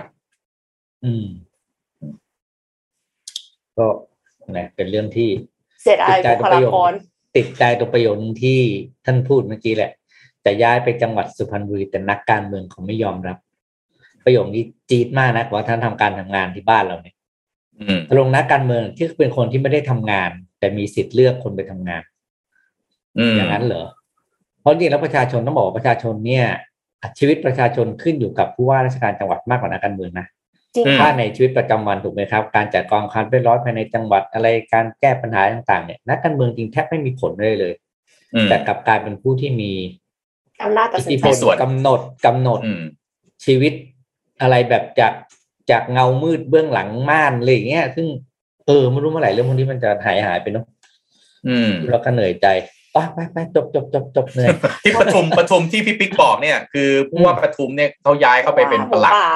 ก็นะเป็นเรื่องที่เสียดายบุคลากรติดใจตรงประโยคที่ท่านพูดเมื่อกี้แหละจะย้ายไปจังหวัดสุพรรณบุรีแต่นักการเมืองเขาไม่ยอมรับประโยคนี้จี๊ดมากนะว่าท่านทำการทำงานที่บ้านเราเนี่ยลงนักการเมืองที่เป็นคนที่ไม่ได้ทำงานแต่มีสิทธิ์เลือกคนไปทำงานอย่างนั้นเหรอเพราะจริงแล้วประชาชนต้องบอกว่าประชาชนเนี่ยชีวิตประชาชนขึ้นอยู่กับผู้ว่าราชการจังหวัดมากกว่านักการเมืองนะถ้าในชีวิตประจำวันถูกไหมครับการจัดกองความเรียบร้อยภายในจังหวัดอะไรการแก้ปัญหาต่างๆเนี่ยนักการเมืองจริงแทบไม่มีผลเลยแต่กลับกลายเป็นผู้ที่มีอำนาจตัดสินใจกำหนดชีวิตอะไรแบบจากเงามืดเบื้องหลังม่านอะไรอย่างเงี้ยซึ่งไม่รู้เมื่อไหร่เรื่องพวกนี้มันจะหายไปเนาะเราก็เหนื่อยใจไปจบเหนื่อยที่ปทุมที่พี่ปิ๊กบอกเนี่ยคือผู้ว่าปทุมเนี่ยเขาย้ายเข้าไปเป็นปลัด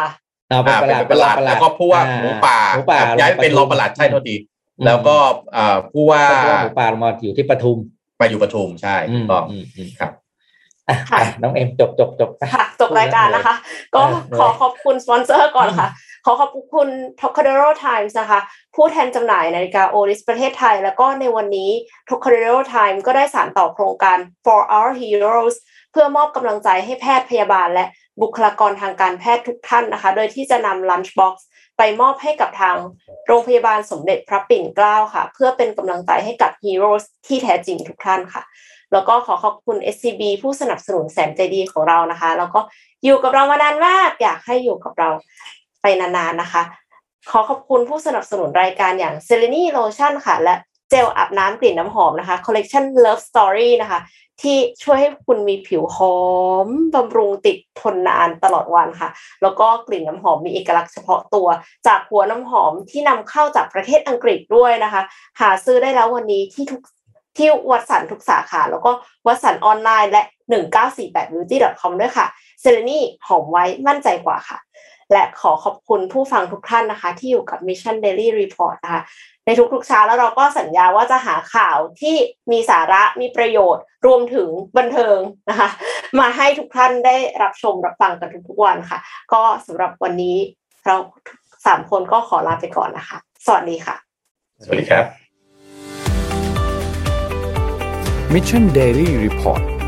เป็นประหลัดแล้วก็ผู้ว่าหมูป่าย้ายเป็นรองประหลัดใช่โทษทีแล้วก็ผู้ว่าหมูป่ามาอยู่ที่ปทุมมาอยู่ปทุมใช่ถูกต้องครับน้องเอ็มจบค่ะจบรายการนะคะก็ขอบคุณสปอนเซอร์ก่อนค่ะขอบคุณ Tocadero Times นะคะผู้แทนจำหน่ายนาฬิกา Oris ประเทศไทยแล้วก็ในวันนี้ Tocadero Times ก็ได้สานต่อโครงการ For Our Heroes เพื่อมอบกำลังใจให้แพทย์พยาบาลและบุคลากรทางการแพทย์ทุกท่านนะคะโดยที่จะนำ Lunch Box ไปมอบให้กับทางโรงพยาบาลสมเด็จพระปิ่นเกล้าค่ะเพื่อเป็นกำลังใจให้กับ Heroes ที่แท้จริงทุกท่านค่ะแล้วก็ขอบคุณ SCB ผู้สนับสนุนแสนใจดีของเรานะคะแล้วก็อยู่กับเรามานานมากอยากให้อยู่กับเราไปนานๆนะคะขอบคุณผู้สนับสนุนรายการอย่าง Selene Lotion ค่ะและเจลอาบน้ำกลิ่นน้ำหอมนะคะ Collection Love Story นะคะที่ช่วยให้คุณมีผิวหอมบำรุงติดทนนานตลอดวันค่ะแล้วก็กลิ่นน้ำหอมมีเอกลักษณ์เฉพาะตัวจากหัวน้ำหอมที่นำเข้าจากประเทศอังกฤษด้วยนะคะหาซื้อได้แล้ววันนี้ที่วัดสันทุกสาขาแล้วก็วัดสันออนไลน์และ1948beauty.com ด้วยค่ะ Selene หอมไว้มั่นใจกว่าค่ะและขอบคุณผู้ฟังทุกท่านนะคะที่อยู่กับ Mission Daily Report นะคะในทุกๆเช้าแล้วเราก็สัญญาว่าจะหาข่าวที่มีสาระมีประโยชน์รวมถึงบันเทิงนะคะมาให้ทุกท่านได้รับชมรับฟังกันทุกๆวันค่ะก็สำหรับวันนี้เรา3คนก็ขอลาไปก่อนนะคะสวัสดีค่ะสวัสดีครับ Mission Daily Report